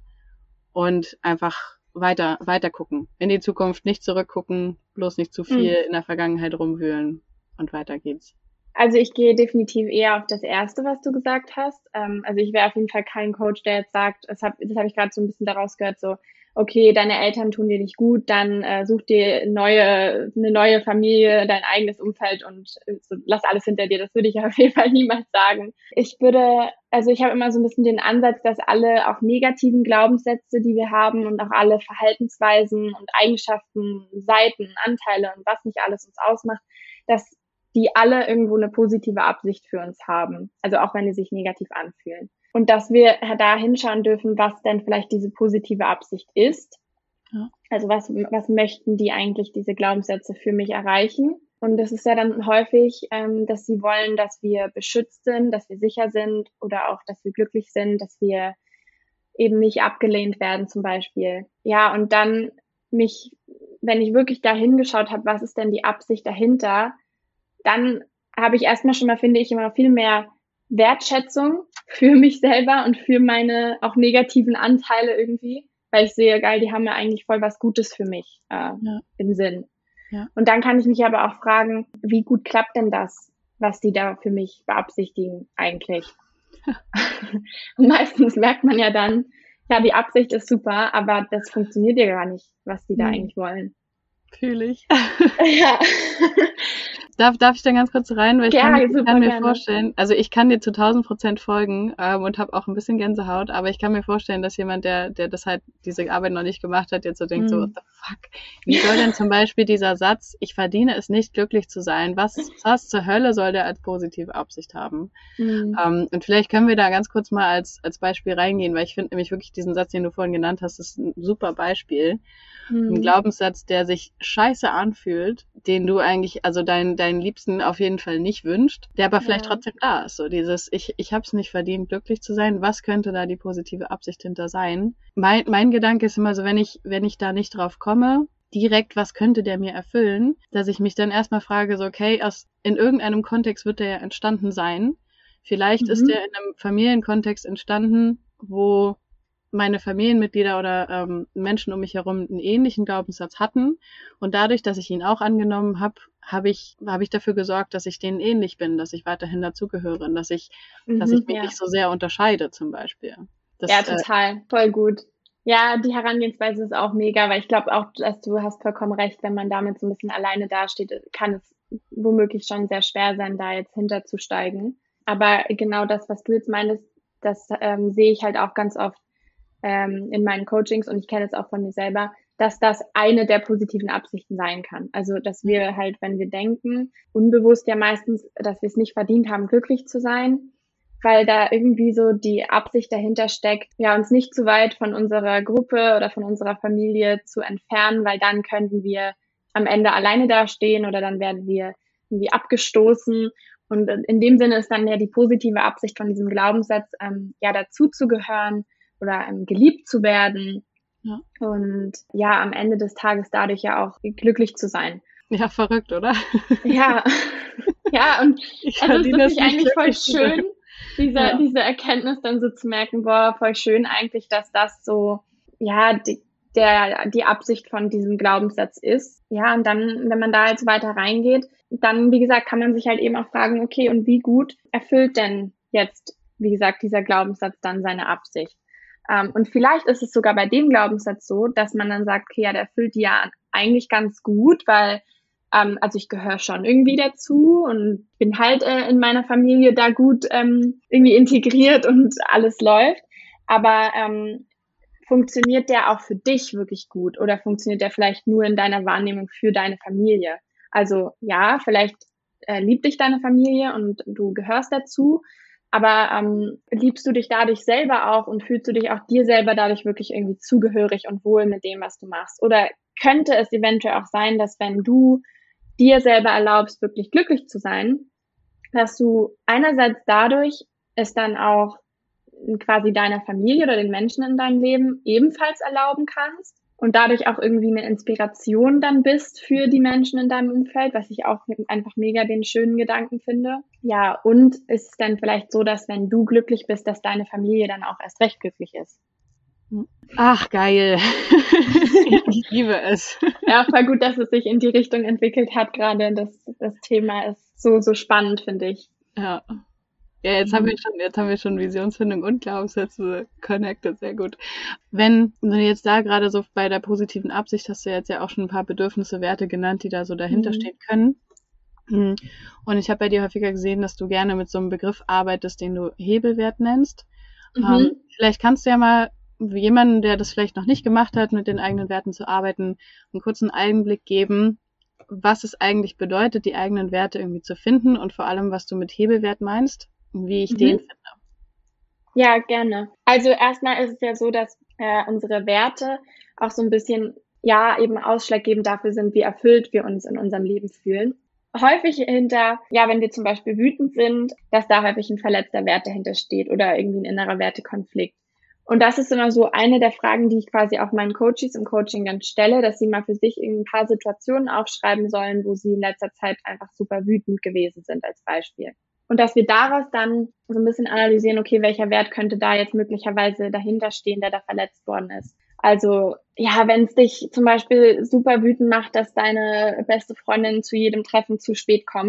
und einfach weiter weiter gucken, in die Zukunft, nicht zurückgucken, bloß nicht zu viel mhm. in der Vergangenheit rumwühlen und weiter geht's? Also ich gehe definitiv eher auf das Erste, was du gesagt hast. Ähm, also ich wäre auf jeden Fall kein Coach, der jetzt sagt, das habe das hab ich gerade so ein bisschen daraus gehört, so, okay, deine Eltern tun dir nicht gut, dann äh, such dir neue, eine neue Familie, dein eigenes Umfeld und äh, so, lass alles hinter dir. Das würde ich auf jeden Fall niemals sagen. Ich würde, also ich habe immer so ein bisschen den Ansatz, dass alle auch negativen Glaubenssätze, die wir haben und auch alle Verhaltensweisen und Eigenschaften, Seiten, Anteile und was nicht alles uns ausmacht, dass die alle irgendwo eine positive Absicht für uns haben. Also auch wenn die sich negativ anfühlen. Und dass wir da hinschauen dürfen, was denn vielleicht diese positive Absicht ist. Ja. Also was, was möchten die eigentlich, diese Glaubenssätze für mich erreichen? Und das ist ja dann häufig, ähm, dass sie wollen, dass wir beschützt sind, dass wir sicher sind oder auch, dass wir glücklich sind, dass wir eben nicht abgelehnt werden zum Beispiel. Ja, und dann mich, wenn ich wirklich da hingeschaut habe, was ist denn die Absicht dahinter, dann habe ich erstmal schon mal, finde ich, immer viel mehr Wertschätzung für mich selber und für meine auch negativen Anteile irgendwie, weil ich sehe, geil, die haben ja eigentlich voll was Gutes für mich äh, ja. im Sinn. Ja. Und dann kann ich mich aber auch fragen, wie gut klappt denn das? was die da für mich beabsichtigen eigentlich. Und meistens merkt man ja dann, ja, die Absicht ist super, aber das funktioniert ja gar nicht, was die da Hm. eigentlich wollen. Fühle ich. Ja. Darf, darf ich da ganz kurz rein? Weil ich Ja, kann, ich super kann mir gerne. vorstellen, also ich kann dir zu tausend Prozent folgen ähm, und habe auch ein bisschen Gänsehaut, aber ich kann mir vorstellen, dass jemand, der, der das halt, diese Arbeit noch nicht gemacht hat, jetzt so denkt, so, what Hm. the fuck? Wie soll denn zum Beispiel dieser Satz, ich verdiene es nicht, glücklich zu sein, was, was zur Hölle soll der als positive Absicht haben? Hm. Ähm, und vielleicht können wir da ganz kurz mal als, als Beispiel reingehen, weil ich finde nämlich wirklich diesen Satz, den du vorhin genannt hast, ist ein super Beispiel. Ein Hm. Glaubenssatz, der sich scheiße anfühlt, den du eigentlich, also deinen deinen Liebsten auf jeden Fall nicht wünscht, der aber vielleicht Ja. trotzdem da ist. So dieses, ich, ich habe es nicht verdient, glücklich zu sein. Was könnte da die positive Absicht hinter sein? Mein, mein Gedanke ist immer so, wenn ich, wenn ich da nicht drauf komme, direkt, was könnte der mir erfüllen, dass ich mich dann erstmal frage, so, okay, aus, in irgendeinem Kontext wird der ja entstanden sein. Vielleicht ist Mhm. der in einem Familienkontext entstanden, wo meine Familienmitglieder oder ähm, Menschen um mich herum einen ähnlichen Glaubenssatz hatten. Und dadurch, dass ich ihn auch angenommen habe, habe ich, habe ich dafür gesorgt, dass ich denen ähnlich bin, dass ich weiterhin dazugehöre und dass ich, dass ich Mhm. mich Ja. nicht so sehr unterscheide zum Beispiel. Das, Ja, äh, total. Voll gut. Ja, die Herangehensweise ist auch mega, weil ich glaube auch, dass du hast vollkommen recht, wenn man damit so ein bisschen alleine dasteht, kann es womöglich schon sehr schwer sein, da jetzt hinterzusteigen. Aber genau das, was du jetzt meintest, das ähm, sehe ich halt auch ganz oft ähm, in meinen Coachings und ich kenne es auch von mir selber, dass das eine der positiven Absichten sein kann. Also, dass wir halt, wenn wir denken, unbewusst ja meistens, dass wir es nicht verdient haben, glücklich zu sein, weil da irgendwie so die Absicht dahinter steckt, ja, uns nicht zu weit von unserer Gruppe oder von unserer Familie zu entfernen, weil dann könnten wir am Ende alleine dastehen oder dann werden wir irgendwie abgestoßen. Und in dem Sinne ist dann ja die positive Absicht von diesem Glaubenssatz, ähm, ja, dazuzugehören oder ähm, geliebt zu werden. Ja. Und ja, am Ende des Tages dadurch ja auch glücklich zu sein. Ja, verrückt, oder? Ja, ja, und Ich also ist verdiene das es nicht nicht, eigentlich voll glücklich zu sein. schön, diese, Ja. diese Erkenntnis dann so zu merken, boah, voll schön eigentlich, dass das so, ja, die, der, die Absicht von diesem Glaubenssatz ist. Ja, und dann, wenn man da jetzt weiter reingeht, dann, wie gesagt, kann man sich halt eben auch fragen, okay, und wie gut erfüllt denn jetzt, wie gesagt, dieser Glaubenssatz dann seine Absicht? Ähm, und vielleicht ist es sogar bei dem Glaubenssatz so, dass man dann sagt, okay, ja, der erfüllt die ja eigentlich ganz gut, weil ähm, also ich gehöre schon irgendwie dazu und bin halt äh, in meiner Familie da gut ähm, irgendwie integriert und alles läuft. Aber ähm, funktioniert der auch für dich wirklich gut oder funktioniert der vielleicht nur in deiner Wahrnehmung für deine Familie? Also ja, vielleicht äh, liebt dich deine Familie und du gehörst dazu, aber ähm, liebst du dich dadurch selber auch und fühlst du dich auch dir selber dadurch wirklich irgendwie zugehörig und wohl mit dem, was du machst? Oder könnte es eventuell auch sein, dass wenn du dir selber erlaubst, wirklich glücklich zu sein, dass du einerseits dadurch es dann auch quasi deiner Familie oder den Menschen in deinem Leben ebenfalls erlauben kannst und dadurch auch irgendwie eine Inspiration dann bist für die Menschen in deinem Umfeld, was ich auch einfach mega den schönen Gedanken finde. Ja, und ist es dann vielleicht so, dass wenn du glücklich bist, dass deine Familie dann auch erst recht glücklich ist? Ach, geil. Ich liebe es. Ja, voll gut, dass es sich in die Richtung entwickelt hat gerade. Das, das Thema ist so, so spannend, finde ich. Ja. Ja, jetzt haben wir schon, jetzt haben wir schon Visionsfindung und Glaubenssätze connected, sehr gut. Wenn, wenn du jetzt da gerade so bei der positiven Absicht hast du jetzt ja auch schon ein paar Bedürfnisse, Werte genannt, die da so dahinter Mhm. stehen können. Und ich habe bei dir häufiger gesehen, dass du gerne mit so einem Begriff arbeitest, den du Hebelwert nennst. Mhm. Ähm, vielleicht kannst du ja mal jemanden, der das vielleicht noch nicht gemacht hat, mit den eigenen Werten zu arbeiten, einen kurzen Einblick geben, was es eigentlich bedeutet, die eigenen Werte irgendwie zu finden und vor allem, was du mit Hebelwert meinst und wie ich Mhm. den finde. Ja, gerne. Also erstmal ist es ja so, dass äh, unsere Werte auch so ein bisschen, ja, eben ausschlaggebend dafür sind, wie erfüllt wir uns in unserem Leben fühlen. Häufig hinter, ja, wenn wir zum Beispiel wütend sind, dass da häufig ein verletzter Wert dahinter steht oder irgendwie ein innerer Wertekonflikt. Und das ist immer so eine der Fragen, die ich quasi auch meinen Coaches im Coaching dann stelle, dass sie mal für sich ein paar Situationen aufschreiben sollen, wo sie in letzter Zeit einfach super wütend gewesen sind als Beispiel. Und dass wir daraus dann so ein bisschen analysieren, okay, welcher Wert könnte da jetzt möglicherweise dahinter stehen, der da verletzt worden ist. Also ja, wenn es dich zum Beispiel super wütend macht, dass deine beste Freundin zu jedem Treffen zu spät kommt,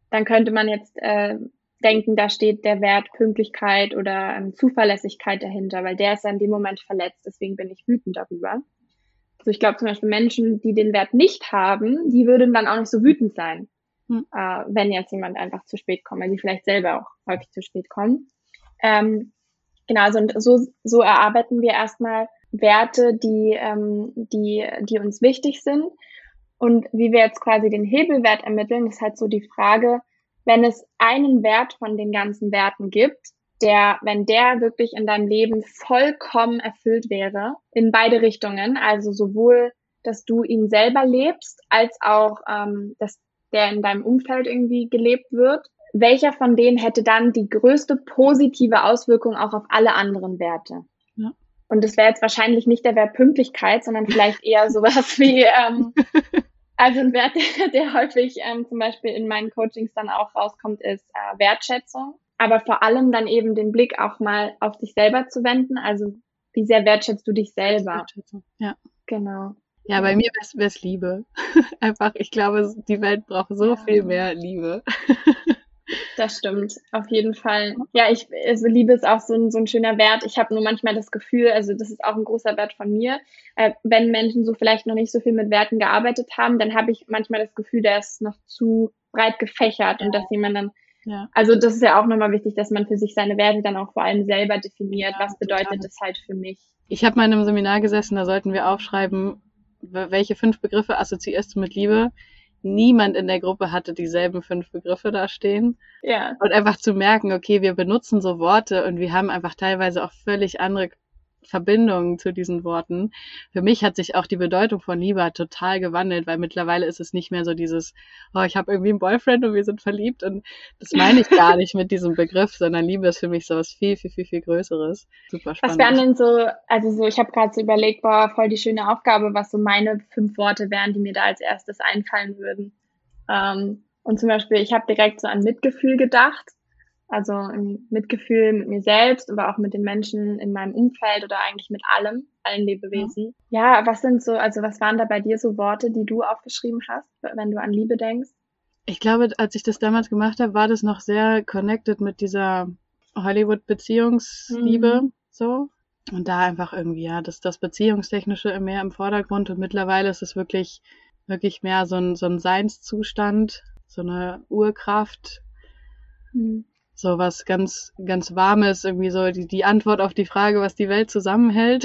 dann könnte man jetzt äh, denken, da steht der Wert Pünktlichkeit oder ähm, Zuverlässigkeit dahinter, weil der ist in dem Moment verletzt, deswegen bin ich wütend darüber. Also ich glaube zum Beispiel Menschen, die den Wert nicht haben, die würden dann auch nicht so wütend sein, hm. äh, wenn jetzt jemand einfach zu spät kommt, weil die vielleicht selber auch häufig zu spät kommen. Ähm, genau, also und so, so erarbeiten wir erstmal Werte, die, ähm, die, die uns wichtig sind. Und wie wir jetzt quasi den Hebelwert ermitteln, ist halt so die Frage, wenn es einen Wert von den ganzen Werten gibt, der, wenn der wirklich in deinem Leben vollkommen erfüllt wäre, in beide Richtungen, also sowohl, dass du ihn selber lebst, als auch, ähm, dass der in deinem Umfeld irgendwie gelebt wird, welcher von denen hätte dann die größte positive Auswirkung auch auf alle anderen Werte? Ja. Und das wäre jetzt wahrscheinlich nicht der Wert Pünktlichkeit, sondern vielleicht eher sowas wie, ähm, also ein Wert, der, der häufig ähm, zum Beispiel in meinen Coachings dann auch rauskommt, ist äh, Wertschätzung. Aber vor allem dann eben den Blick auch mal auf dich selber zu wenden. Also wie sehr wertschätzt du dich selber? Ja. Genau. Ja, bei mir wäre es Liebe. Einfach, ich glaube, die Welt braucht so ja. viel mehr Liebe. Das stimmt, auf jeden Fall. Ja, ich, also Liebe ist auch so ein, so ein schöner Wert. Ich habe nur manchmal das Gefühl, also das ist auch ein großer Wert von mir, äh, wenn Menschen so vielleicht noch nicht so viel mit Werten gearbeitet haben, dann habe ich manchmal das Gefühl, der ist noch zu breit gefächert ja. und dass jemand dann, ja. also das ist ja auch nochmal wichtig, dass man für sich seine Werte dann auch vor allem selber definiert. Ja, was bedeutet total. Das halt für mich? Ich habe mal in einem Seminar gesessen, da sollten wir aufschreiben, welche fünf Begriffe assoziierst du mit Liebe? Niemand in der Gruppe hatte dieselben fünf Begriffe da stehen. Ja. Und einfach zu merken, okay, wir benutzen so Worte und wir haben einfach teilweise auch völlig andere Verbindungen zu diesen Worten. Für mich hat sich auch die Bedeutung von Liebe total gewandelt, weil mittlerweile ist es nicht mehr so dieses, oh, ich habe irgendwie einen Boyfriend und wir sind verliebt, und das meine ich gar nicht mit diesem Begriff, sondern Liebe ist für mich so was viel, viel, viel, viel Größeres. Super spannend. Was wären denn so, also so, ich habe gerade so überlegt, boah, voll die schöne Aufgabe, was so meine fünf Worte wären, die mir da als erstes einfallen würden. Ähm, und zum Beispiel, ich habe direkt so an Mitgefühl gedacht. Also im Mitgefühl mit mir selbst, aber auch mit den Menschen in meinem Umfeld oder eigentlich mit allem, allen Lebewesen. Ja, ja, was sind so, also was waren da bei dir so Worte, die du aufgeschrieben hast, wenn du an Liebe denkst? Ich glaube, als ich das damals gemacht habe, war das noch sehr connected mit dieser Hollywood-Beziehungsliebe, mhm. so. Und da einfach irgendwie, ja, das, das Beziehungstechnische mehr im Vordergrund, und mittlerweile ist es wirklich, wirklich mehr so ein, so ein Seinszustand, so eine Urkraft, mhm. so was ganz, ganz Warmes, irgendwie so die, die Antwort auf die Frage, was die Welt zusammenhält.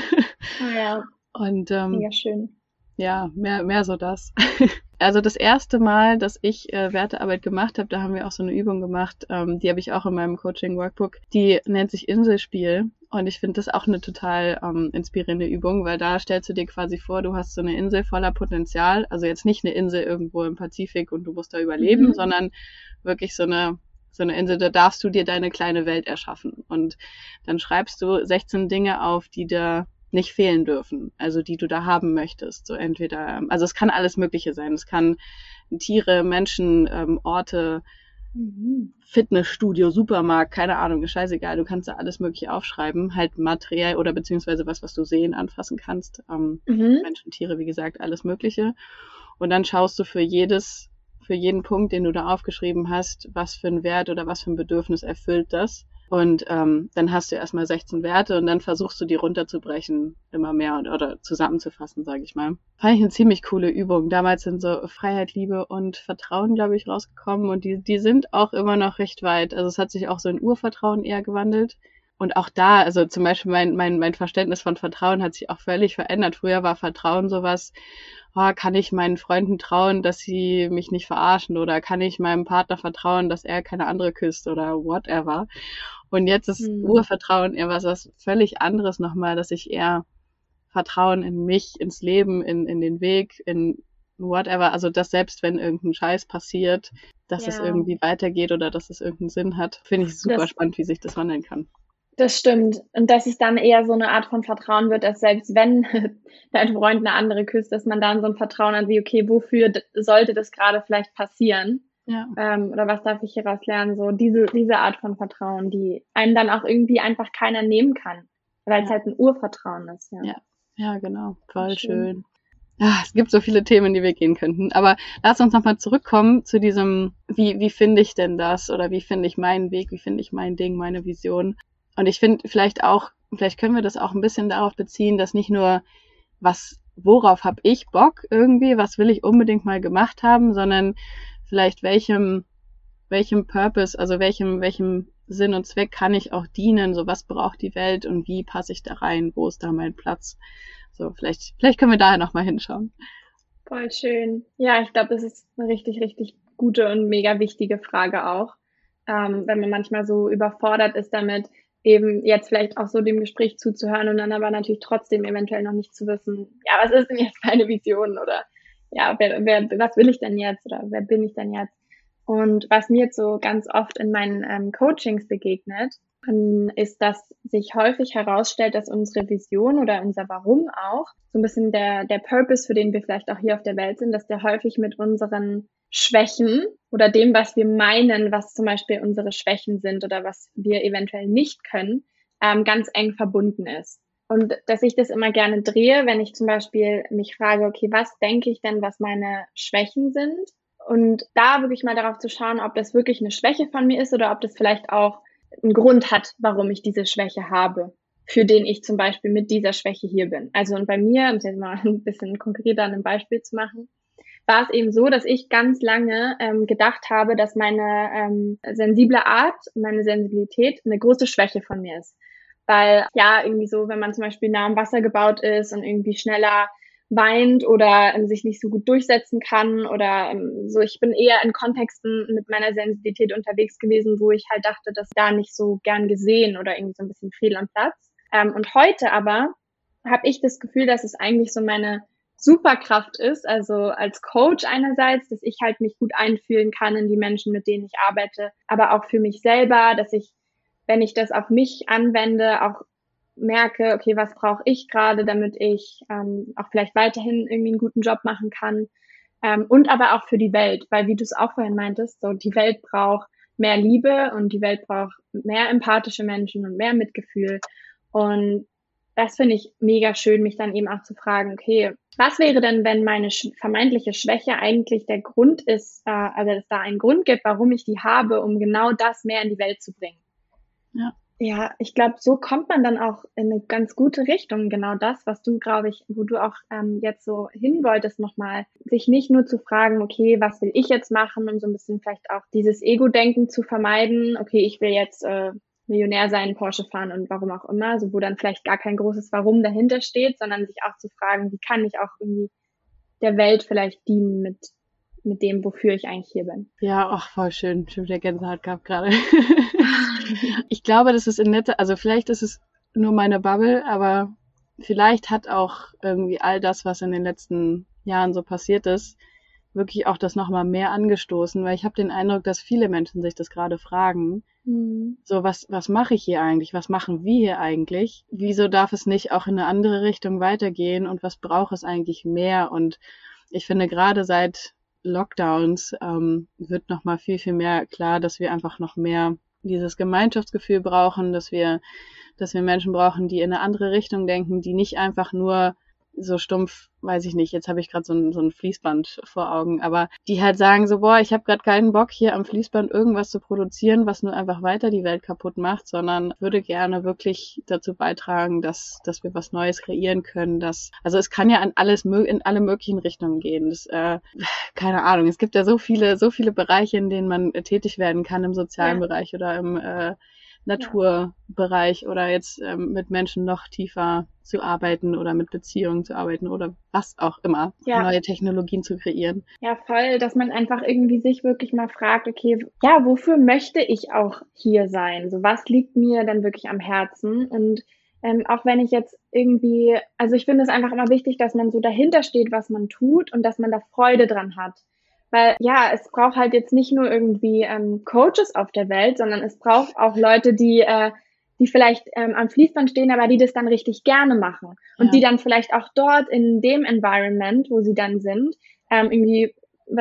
Ja. Und ähm, ja, schön. Ja, mehr, mehr so das. Also das erste Mal, dass ich äh, Wertearbeit gemacht habe, da haben wir auch so eine Übung gemacht, ähm, die habe ich auch in meinem Coaching-Workbook, die nennt sich Inselspiel. Und ich finde das auch eine total ähm, inspirierende Übung, weil da stellst du dir quasi vor, du hast so eine Insel voller Potenzial, also jetzt nicht eine Insel irgendwo im Pazifik und du musst da überleben, mhm. sondern wirklich so eine so eine Insel, da darfst du dir deine kleine Welt erschaffen. Und dann schreibst du sechzehn Dinge auf, die da nicht fehlen dürfen, also die du da haben möchtest. So entweder, also es kann alles Mögliche sein. Es kann Tiere, Menschen, ähm, Orte, mhm. Fitnessstudio, Supermarkt, keine Ahnung, ist scheißegal. Du kannst da alles Mögliche aufschreiben, halt materiell oder beziehungsweise was, was du sehen, anfassen kannst. Ähm, mhm. Menschen, Tiere, wie gesagt, alles Mögliche. Und dann schaust du für jedes für jeden Punkt, den du da aufgeschrieben hast, was für ein Wert oder was für ein Bedürfnis erfüllt das. Und ähm, dann hast du erstmal sechzehn Werte und dann versuchst du die runterzubrechen, immer mehr und, oder zusammenzufassen, sage ich mal. Fand ich eine ziemlich coole Übung. Damals sind so Freiheit, Liebe und Vertrauen, glaube ich, rausgekommen, und die die sind auch immer noch recht weit. Also es hat sich auch so in Urvertrauen eher gewandelt. Und auch da, also zum Beispiel mein mein mein Verständnis von Vertrauen hat sich auch völlig verändert. Früher war Vertrauen sowas, oh, kann ich meinen Freunden trauen, dass sie mich nicht verarschen, oder kann ich meinem Partner vertrauen, dass er keine andere küsst oder whatever. Und jetzt ist hm. Urvertrauen eher was, was völlig anderes nochmal, dass ich eher Vertrauen in mich, ins Leben, in in den Weg, in whatever, also dass selbst wenn irgendein Scheiß passiert, dass ja. es irgendwie weitergeht oder dass es irgendeinen Sinn hat. Finde ich super das, spannend, wie sich das wandeln kann. Das stimmt. Und dass es dann eher so eine Art von Vertrauen wird, dass selbst wenn dein Freund eine andere küsst, dass man dann so ein Vertrauen hat wie, okay, wofür d- sollte das gerade vielleicht passieren? Ja. Ähm, oder was darf ich hieraus lernen? So diese diese Art von Vertrauen, die einem dann auch irgendwie einfach keiner nehmen kann, weil ja. es halt ein Urvertrauen ist. Ja, ja, ja, genau. Voll schön. schön. Ah, es gibt so viele Themen, die wir gehen könnten. Aber lass uns nochmal zurückkommen zu diesem, wie, wie finde ich denn das? Oder wie finde ich meinen Weg? Wie finde ich mein Ding, meine Vision? Und ich finde vielleicht auch, vielleicht können wir das auch ein bisschen darauf beziehen, dass nicht nur, was, worauf habe ich Bock irgendwie, was will ich unbedingt mal gemacht haben, sondern vielleicht welchem, welchem Purpose, also welchem, welchem Sinn und Zweck kann ich auch dienen? So, was braucht die Welt und wie passe ich da rein? Wo ist da mein Platz? So, vielleicht, vielleicht können wir daher nochmal hinschauen. Voll schön. Ja, ich glaube, das ist eine richtig, richtig gute und mega wichtige Frage auch. Ähm, wenn man manchmal so überfordert ist damit, eben jetzt vielleicht auch so dem Gespräch zuzuhören und dann aber natürlich trotzdem eventuell noch nicht zu wissen, ja, was ist denn jetzt meine Vision oder ja, wer, wer, was will ich denn jetzt oder wer bin ich denn jetzt? Und was mir jetzt so ganz oft in meinen ähm, Coachings begegnet, ist, dass sich häufig herausstellt, dass unsere Vision oder unser Warum auch, so ein bisschen der, der Purpose, für den wir vielleicht auch hier auf der Welt sind, dass der häufig mit unseren Schwächen oder dem, was wir meinen, was zum Beispiel unsere Schwächen sind oder was wir eventuell nicht können, ähm, ganz eng verbunden ist. Und dass ich das immer gerne drehe, wenn ich zum Beispiel mich frage, okay, was denke ich denn, was meine Schwächen sind? Und da wirklich mal darauf zu schauen, ob das wirklich eine Schwäche von mir ist oder ob das vielleicht auch einen Grund hat, warum ich diese Schwäche habe, für den ich zum Beispiel mit dieser Schwäche hier bin. Also und bei mir, um es jetzt mal ein bisschen konkreter an einem Beispiel zu machen, war es eben so, dass ich ganz lange ähm, gedacht habe, dass meine ähm, sensible Art, meine Sensibilität eine große Schwäche von mir ist. Weil ja, irgendwie so, wenn man zum Beispiel nah am Wasser gebaut ist und irgendwie schneller weint oder ähm, sich nicht so gut durchsetzen kann oder ähm, so. Ich bin eher in Kontexten mit meiner Sensibilität unterwegs gewesen, wo ich halt dachte, dass da nicht so gern gesehen oder irgendwie so ein bisschen fehl am Platz. Ähm, und heute aber habe ich das Gefühl, dass es eigentlich so meine Superkraft ist, also als Coach einerseits, dass ich halt mich gut einfühlen kann in die Menschen, mit denen ich arbeite, aber auch für mich selber, dass ich, wenn ich das auf mich anwende, auch merke, okay, was brauche ich gerade, damit ich ähm, auch vielleicht weiterhin irgendwie einen guten Job machen kann. Ähm, und aber auch für die Welt, weil wie du es auch vorhin meintest, so die Welt braucht mehr Liebe und die Welt braucht mehr empathische Menschen und mehr Mitgefühl. Und das finde ich mega schön, mich dann eben auch zu fragen, okay, was wäre denn, wenn meine sch- vermeintliche Schwäche eigentlich der Grund ist, äh, also dass da einen Grund gibt, warum ich die habe, um genau das mehr in die Welt zu bringen. Ja. Ja, ich glaube, so kommt man dann auch in eine ganz gute Richtung. Genau das, was du, glaube ich, wo du auch ähm, jetzt so hin wolltest nochmal, sich nicht nur zu fragen, okay, was will ich jetzt machen, um so ein bisschen vielleicht auch dieses Ego-Denken zu vermeiden. Okay, ich will jetzt äh, Millionär sein, Porsche fahren und warum auch immer, so wo dann vielleicht gar kein großes Warum dahinter steht, sondern sich auch zu fragen, wie kann ich auch irgendwie der Welt vielleicht dienen mit mit dem, wofür ich eigentlich hier bin. Ja, ach, voll schön. Schon wieder Gänsehaut gehabt gerade. Ich glaube, das ist in nette, also vielleicht ist es nur meine Bubble, aber vielleicht hat auch irgendwie all das, was in den letzten Jahren so passiert ist, wirklich auch das nochmal mehr angestoßen, weil ich habe den Eindruck, dass viele Menschen sich das gerade fragen. Mhm. So, was, was mache ich hier eigentlich? Was machen wir hier eigentlich? Wieso darf es nicht auch in eine andere Richtung weitergehen? Und was braucht es eigentlich mehr? Und ich finde, gerade seit Lockdowns ähm, wird nochmal viel, viel mehr klar, dass wir einfach noch mehr dieses Gemeinschaftsgefühl brauchen, dass wir, dass wir Menschen brauchen, die in eine andere Richtung denken, die nicht einfach nur so stumpf, weiß ich nicht, jetzt habe ich gerade so ein, so ein Fließband vor Augen, aber die halt sagen so, boah, ich habe gerade keinen Bock, hier am Fließband irgendwas zu produzieren, was nur einfach weiter die Welt kaputt macht, sondern würde gerne wirklich dazu beitragen, dass dass wir was Neues kreieren können. Dass, also es kann ja in alles in alle möglichen Richtungen gehen. Das, äh, keine Ahnung, es gibt ja so viele, so viele Bereiche, in denen man äh, tätig werden kann, im sozialen Ja. Bereich oder im äh, Naturbereich oder jetzt ähm, mit Menschen noch tiefer zu arbeiten oder mit Beziehungen zu arbeiten oder was auch immer, Ja. neue Technologien zu kreieren. Ja, voll, dass man einfach irgendwie sich wirklich mal fragt, okay, ja, wofür möchte ich auch hier sein? So, was liegt mir dann wirklich am Herzen? Und ähm, auch wenn ich jetzt irgendwie, also ich finde es einfach immer wichtig, dass man so dahinter steht, was man tut und dass man da Freude dran hat. Weil ja, es braucht halt jetzt nicht nur irgendwie ähm, Coaches auf der Welt, sondern es braucht auch Leute, die äh, die vielleicht ähm, am Fließband stehen, aber die das dann richtig gerne machen und Ja. die dann vielleicht auch dort in dem Environment, wo sie dann sind, ähm, irgendwie was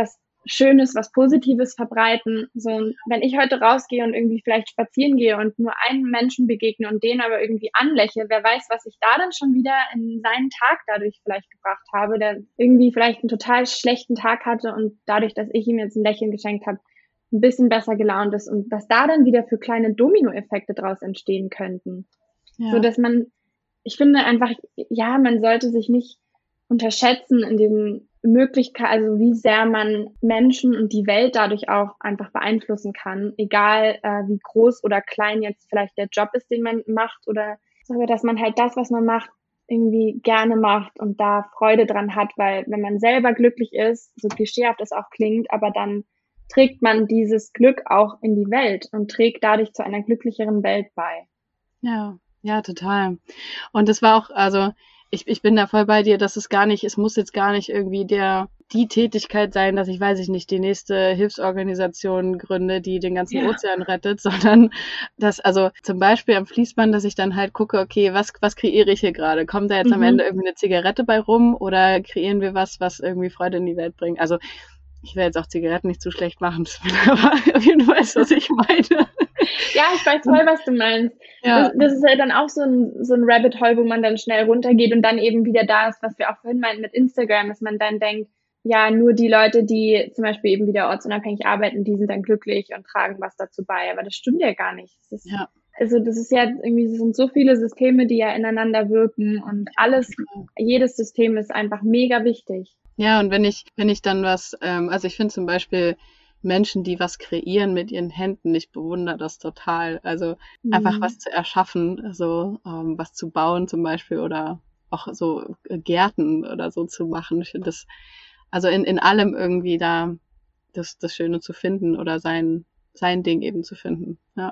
Schönes, was Positives verbreiten. So, wenn ich heute rausgehe und irgendwie vielleicht spazieren gehe und nur einen Menschen begegne und den aber irgendwie anlächle, wer weiß, was ich da dann schon wieder in seinen Tag dadurch vielleicht gebracht habe, der irgendwie vielleicht einen total schlechten Tag hatte und dadurch, dass ich ihm jetzt ein Lächeln geschenkt habe, ein bisschen besser gelaunt ist und was da dann wieder für kleine Dominoeffekte draus entstehen könnten. Ja. So, dass man, ich finde einfach, ja, man sollte sich nicht unterschätzen in dem Möglichkeit, also wie sehr man Menschen und die Welt dadurch auch einfach beeinflussen kann, egal äh, wie groß oder klein jetzt vielleicht der Job ist, den man macht oder so, dass man halt das, was man macht, irgendwie gerne macht und da Freude dran hat, weil wenn man selber glücklich ist, so klischeehaft es auch klingt, aber dann trägt man dieses Glück auch in die Welt und trägt dadurch zu einer glücklicheren Welt bei. Ja, ja, total. Und das war auch, also Ich, ich bin da voll bei dir, dass es gar nicht, es muss jetzt gar nicht irgendwie der, die Tätigkeit sein, dass ich, weiß ich nicht, die nächste Hilfsorganisation gründe, die den ganzen ja. Ozean rettet, sondern dass, also zum Beispiel am Fließband, dass ich dann halt gucke, okay, was, was kreiere ich hier gerade? Kommt da jetzt mhm. am Ende irgendwie eine Zigarette bei rum oder kreieren wir was, was irgendwie Freude in die Welt bringt? Also ich will jetzt auch Zigaretten nicht zu schlecht machen, aber auf jeden Fall ist, was ich meine. Ja, ich weiß voll, was du meinst. Ja. Das, das ist ja dann auch so ein, so ein Rabbit Hole, wo man dann schnell runtergeht und dann eben wieder da ist, was wir auch vorhin meinten mit Instagram, dass man dann denkt, ja, nur die Leute, die zum Beispiel eben wieder ortsunabhängig arbeiten, die sind dann glücklich und tragen was dazu bei. Aber das stimmt ja gar nicht. Das ist, ja. Also das ist ja irgendwie, es sind so viele Systeme, die ja ineinander wirken und alles, jedes System ist einfach mega wichtig. Ja, und wenn ich, wenn ich dann was, ähm, also ich finde zum Beispiel Menschen, die was kreieren mit ihren Händen, ich bewundere das total. Also mhm. einfach was zu erschaffen, also ähm, was zu bauen zum Beispiel oder auch so Gärten oder so zu machen. Ich finde das, also in, in allem irgendwie da das, das Schöne zu finden oder sein, sein Ding eben zu finden. Ja,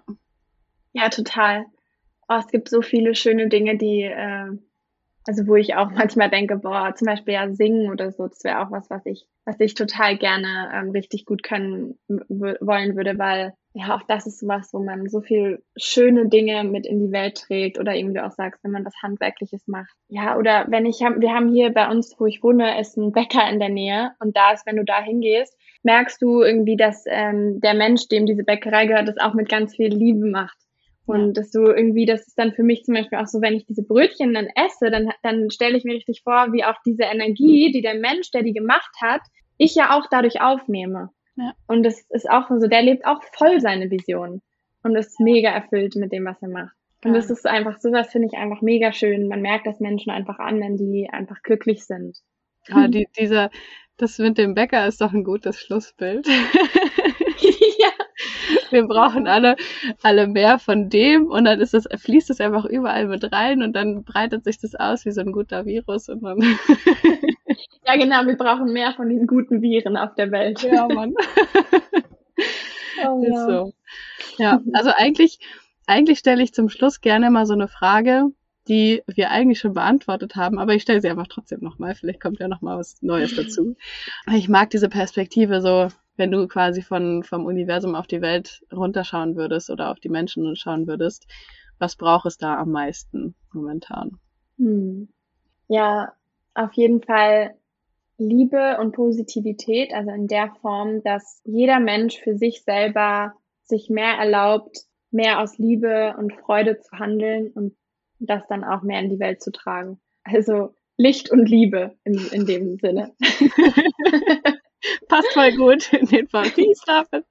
ja total. Oh, es gibt so viele schöne Dinge, die äh, also wo ich auch manchmal denke, boah, zum Beispiel ja singen oder so, das wäre auch was, was ich, was ich total gerne ähm, richtig gut können w- wollen würde, weil ja auch das ist was, wo man so viel schöne Dinge mit in die Welt trägt oder eben, wie du auch sagst, wenn man was Handwerkliches macht. Ja, oder wenn ich hab, wir haben hier bei uns, wo ich wohne, ist ein Bäcker in der Nähe und da ist, wenn du da hingehst, merkst du irgendwie, dass ähm, der Mensch, dem diese Bäckerei gehört, das auch mit ganz viel Liebe macht. Und dass du irgendwie, das ist dann für mich zum Beispiel auch so, wenn ich diese Brötchen dann esse, dann, dann stelle ich mir richtig vor, wie auch diese Energie, die der Mensch, der die gemacht hat, ich ja auch dadurch aufnehme. Ja. Und das ist auch so, der lebt auch voll seine Vision und ist mega erfüllt mit dem, was er macht. Und ja. das ist einfach, sowas finde ich einfach mega schön. Man merkt das Menschen einfach an, wenn die einfach glücklich sind. Ja, die, dieser, das mit dem Bäcker ist doch ein gutes Schlussbild. Ja. Wir brauchen alle, alle mehr von dem und dann ist das, fließt es einfach überall mit rein und dann breitet sich das aus wie so ein guter Virus und dann. Ja, genau, wir brauchen mehr von diesen guten Viren auf der Welt. Ja, Mann. Oh, ja. Ist so. Ja, also eigentlich, eigentlich stelle ich zum Schluss gerne mal so eine Frage, die wir eigentlich schon beantwortet haben, aber ich stelle sie einfach trotzdem nochmal. Vielleicht kommt ja nochmal was Neues dazu. Ich mag diese Perspektive so, wenn du quasi von vom Universum auf die Welt runterschauen würdest oder auf die Menschen schauen würdest, was braucht es da am meisten momentan? Hm. Ja, auf jeden Fall Liebe und Positivität, also in der Form, dass jeder Mensch für sich selber sich mehr erlaubt, mehr aus Liebe und Freude zu handeln und das dann auch mehr in die Welt zu tragen. Also Licht und Liebe in, in dem Sinne. Passt voll gut in den Fall. Peace, Love.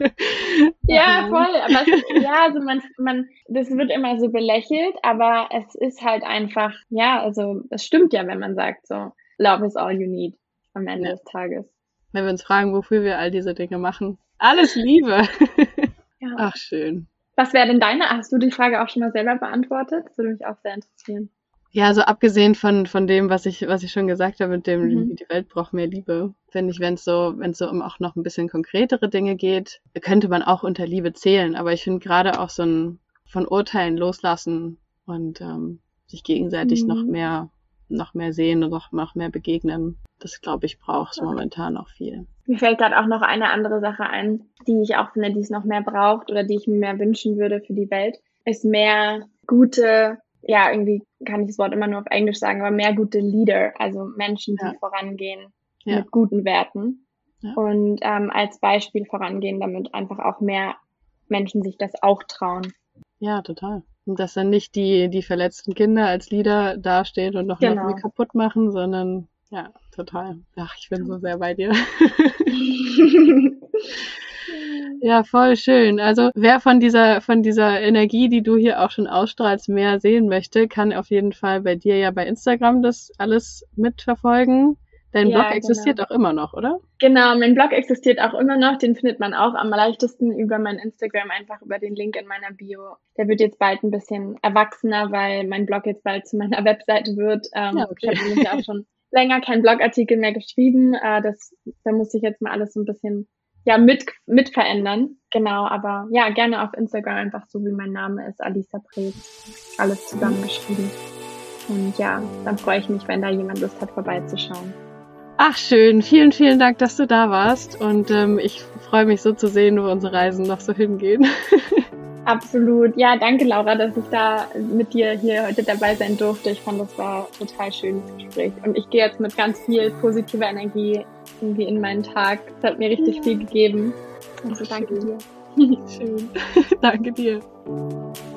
Ja, voll. Aber es, ja, also man, man, das wird immer so belächelt, aber es ist halt einfach, ja, also es stimmt ja, wenn man sagt so, Love is all you need am Ende ja. des Tages. Wenn wir uns fragen, wofür wir all diese Dinge machen. Alles Liebe. Ja. Ach, schön. Was wäre denn deine? Hast du die Frage auch schon mal selber beantwortet? Das würde mich auch sehr interessieren. Ja, also abgesehen von von dem, was ich was ich schon gesagt habe, mit dem mhm. die Welt braucht mehr Liebe, finde ich, wenn es so wenn es so um auch noch ein bisschen konkretere Dinge geht, könnte man auch unter Liebe zählen. Aber ich finde gerade auch so ein von Urteilen loslassen und ähm, sich gegenseitig mhm. noch mehr noch mehr sehen und noch noch mehr begegnen. Das, glaube ich, braucht es okay. momentan auch viel. Mir fällt gerade auch noch eine andere Sache ein, die ich auch finde, die es noch mehr braucht oder die ich mir mehr wünschen würde für die Welt, ist mehr gute, ja, irgendwie kann ich das Wort immer nur auf Englisch sagen, aber mehr gute Leader, also Menschen, die ja. vorangehen ja. mit guten Werten. ja. und ähm, als Beispiel vorangehen, damit einfach auch mehr Menschen sich das auch trauen. Ja, total. Und dass dann nicht die, die verletzten Kinder als Leader dastehen und noch genau. noch kaputt machen, sondern ja, total. Ach, ich bin so sehr bei dir. Ja, voll schön. Also wer von dieser von dieser Energie, die du hier auch schon ausstrahlst, mehr sehen möchte, kann auf jeden Fall bei dir ja bei Instagram das alles mitverfolgen. Dein ja, Blog existiert genau. auch immer noch, oder? Genau, mein Blog existiert auch immer noch. Den findet man auch am leichtesten über mein Instagram, einfach über den Link in meiner Bio. Der wird jetzt bald ein bisschen erwachsener, weil mein Blog jetzt bald zu meiner Webseite wird. Ähm, ja, okay. Ich habe nämlich auch schon länger keinen Blogartikel mehr geschrieben. Äh, das, da muss ich jetzt mal alles so ein bisschen ja mit mit verändern. Genau, aber ja, gerne auf Instagram einfach so, wie mein Name ist, Alisa Preetz. Alles zusammengeschrieben. Und ja, dann freue ich mich, wenn da jemand Lust hat, vorbeizuschauen. Ach schön, vielen, vielen Dank, dass du da warst und ähm, ich freue mich so zu sehen, wo unsere Reisen noch so hingehen. Absolut. Ja, danke Laura, dass ich da mit dir hier heute dabei sein durfte. Ich fand, das war ein total schönes Gespräch und ich gehe jetzt mit ganz viel positiver Energie irgendwie in meinen Tag. Das hat mir richtig viel gegeben. Also danke dir. Schön. Danke dir.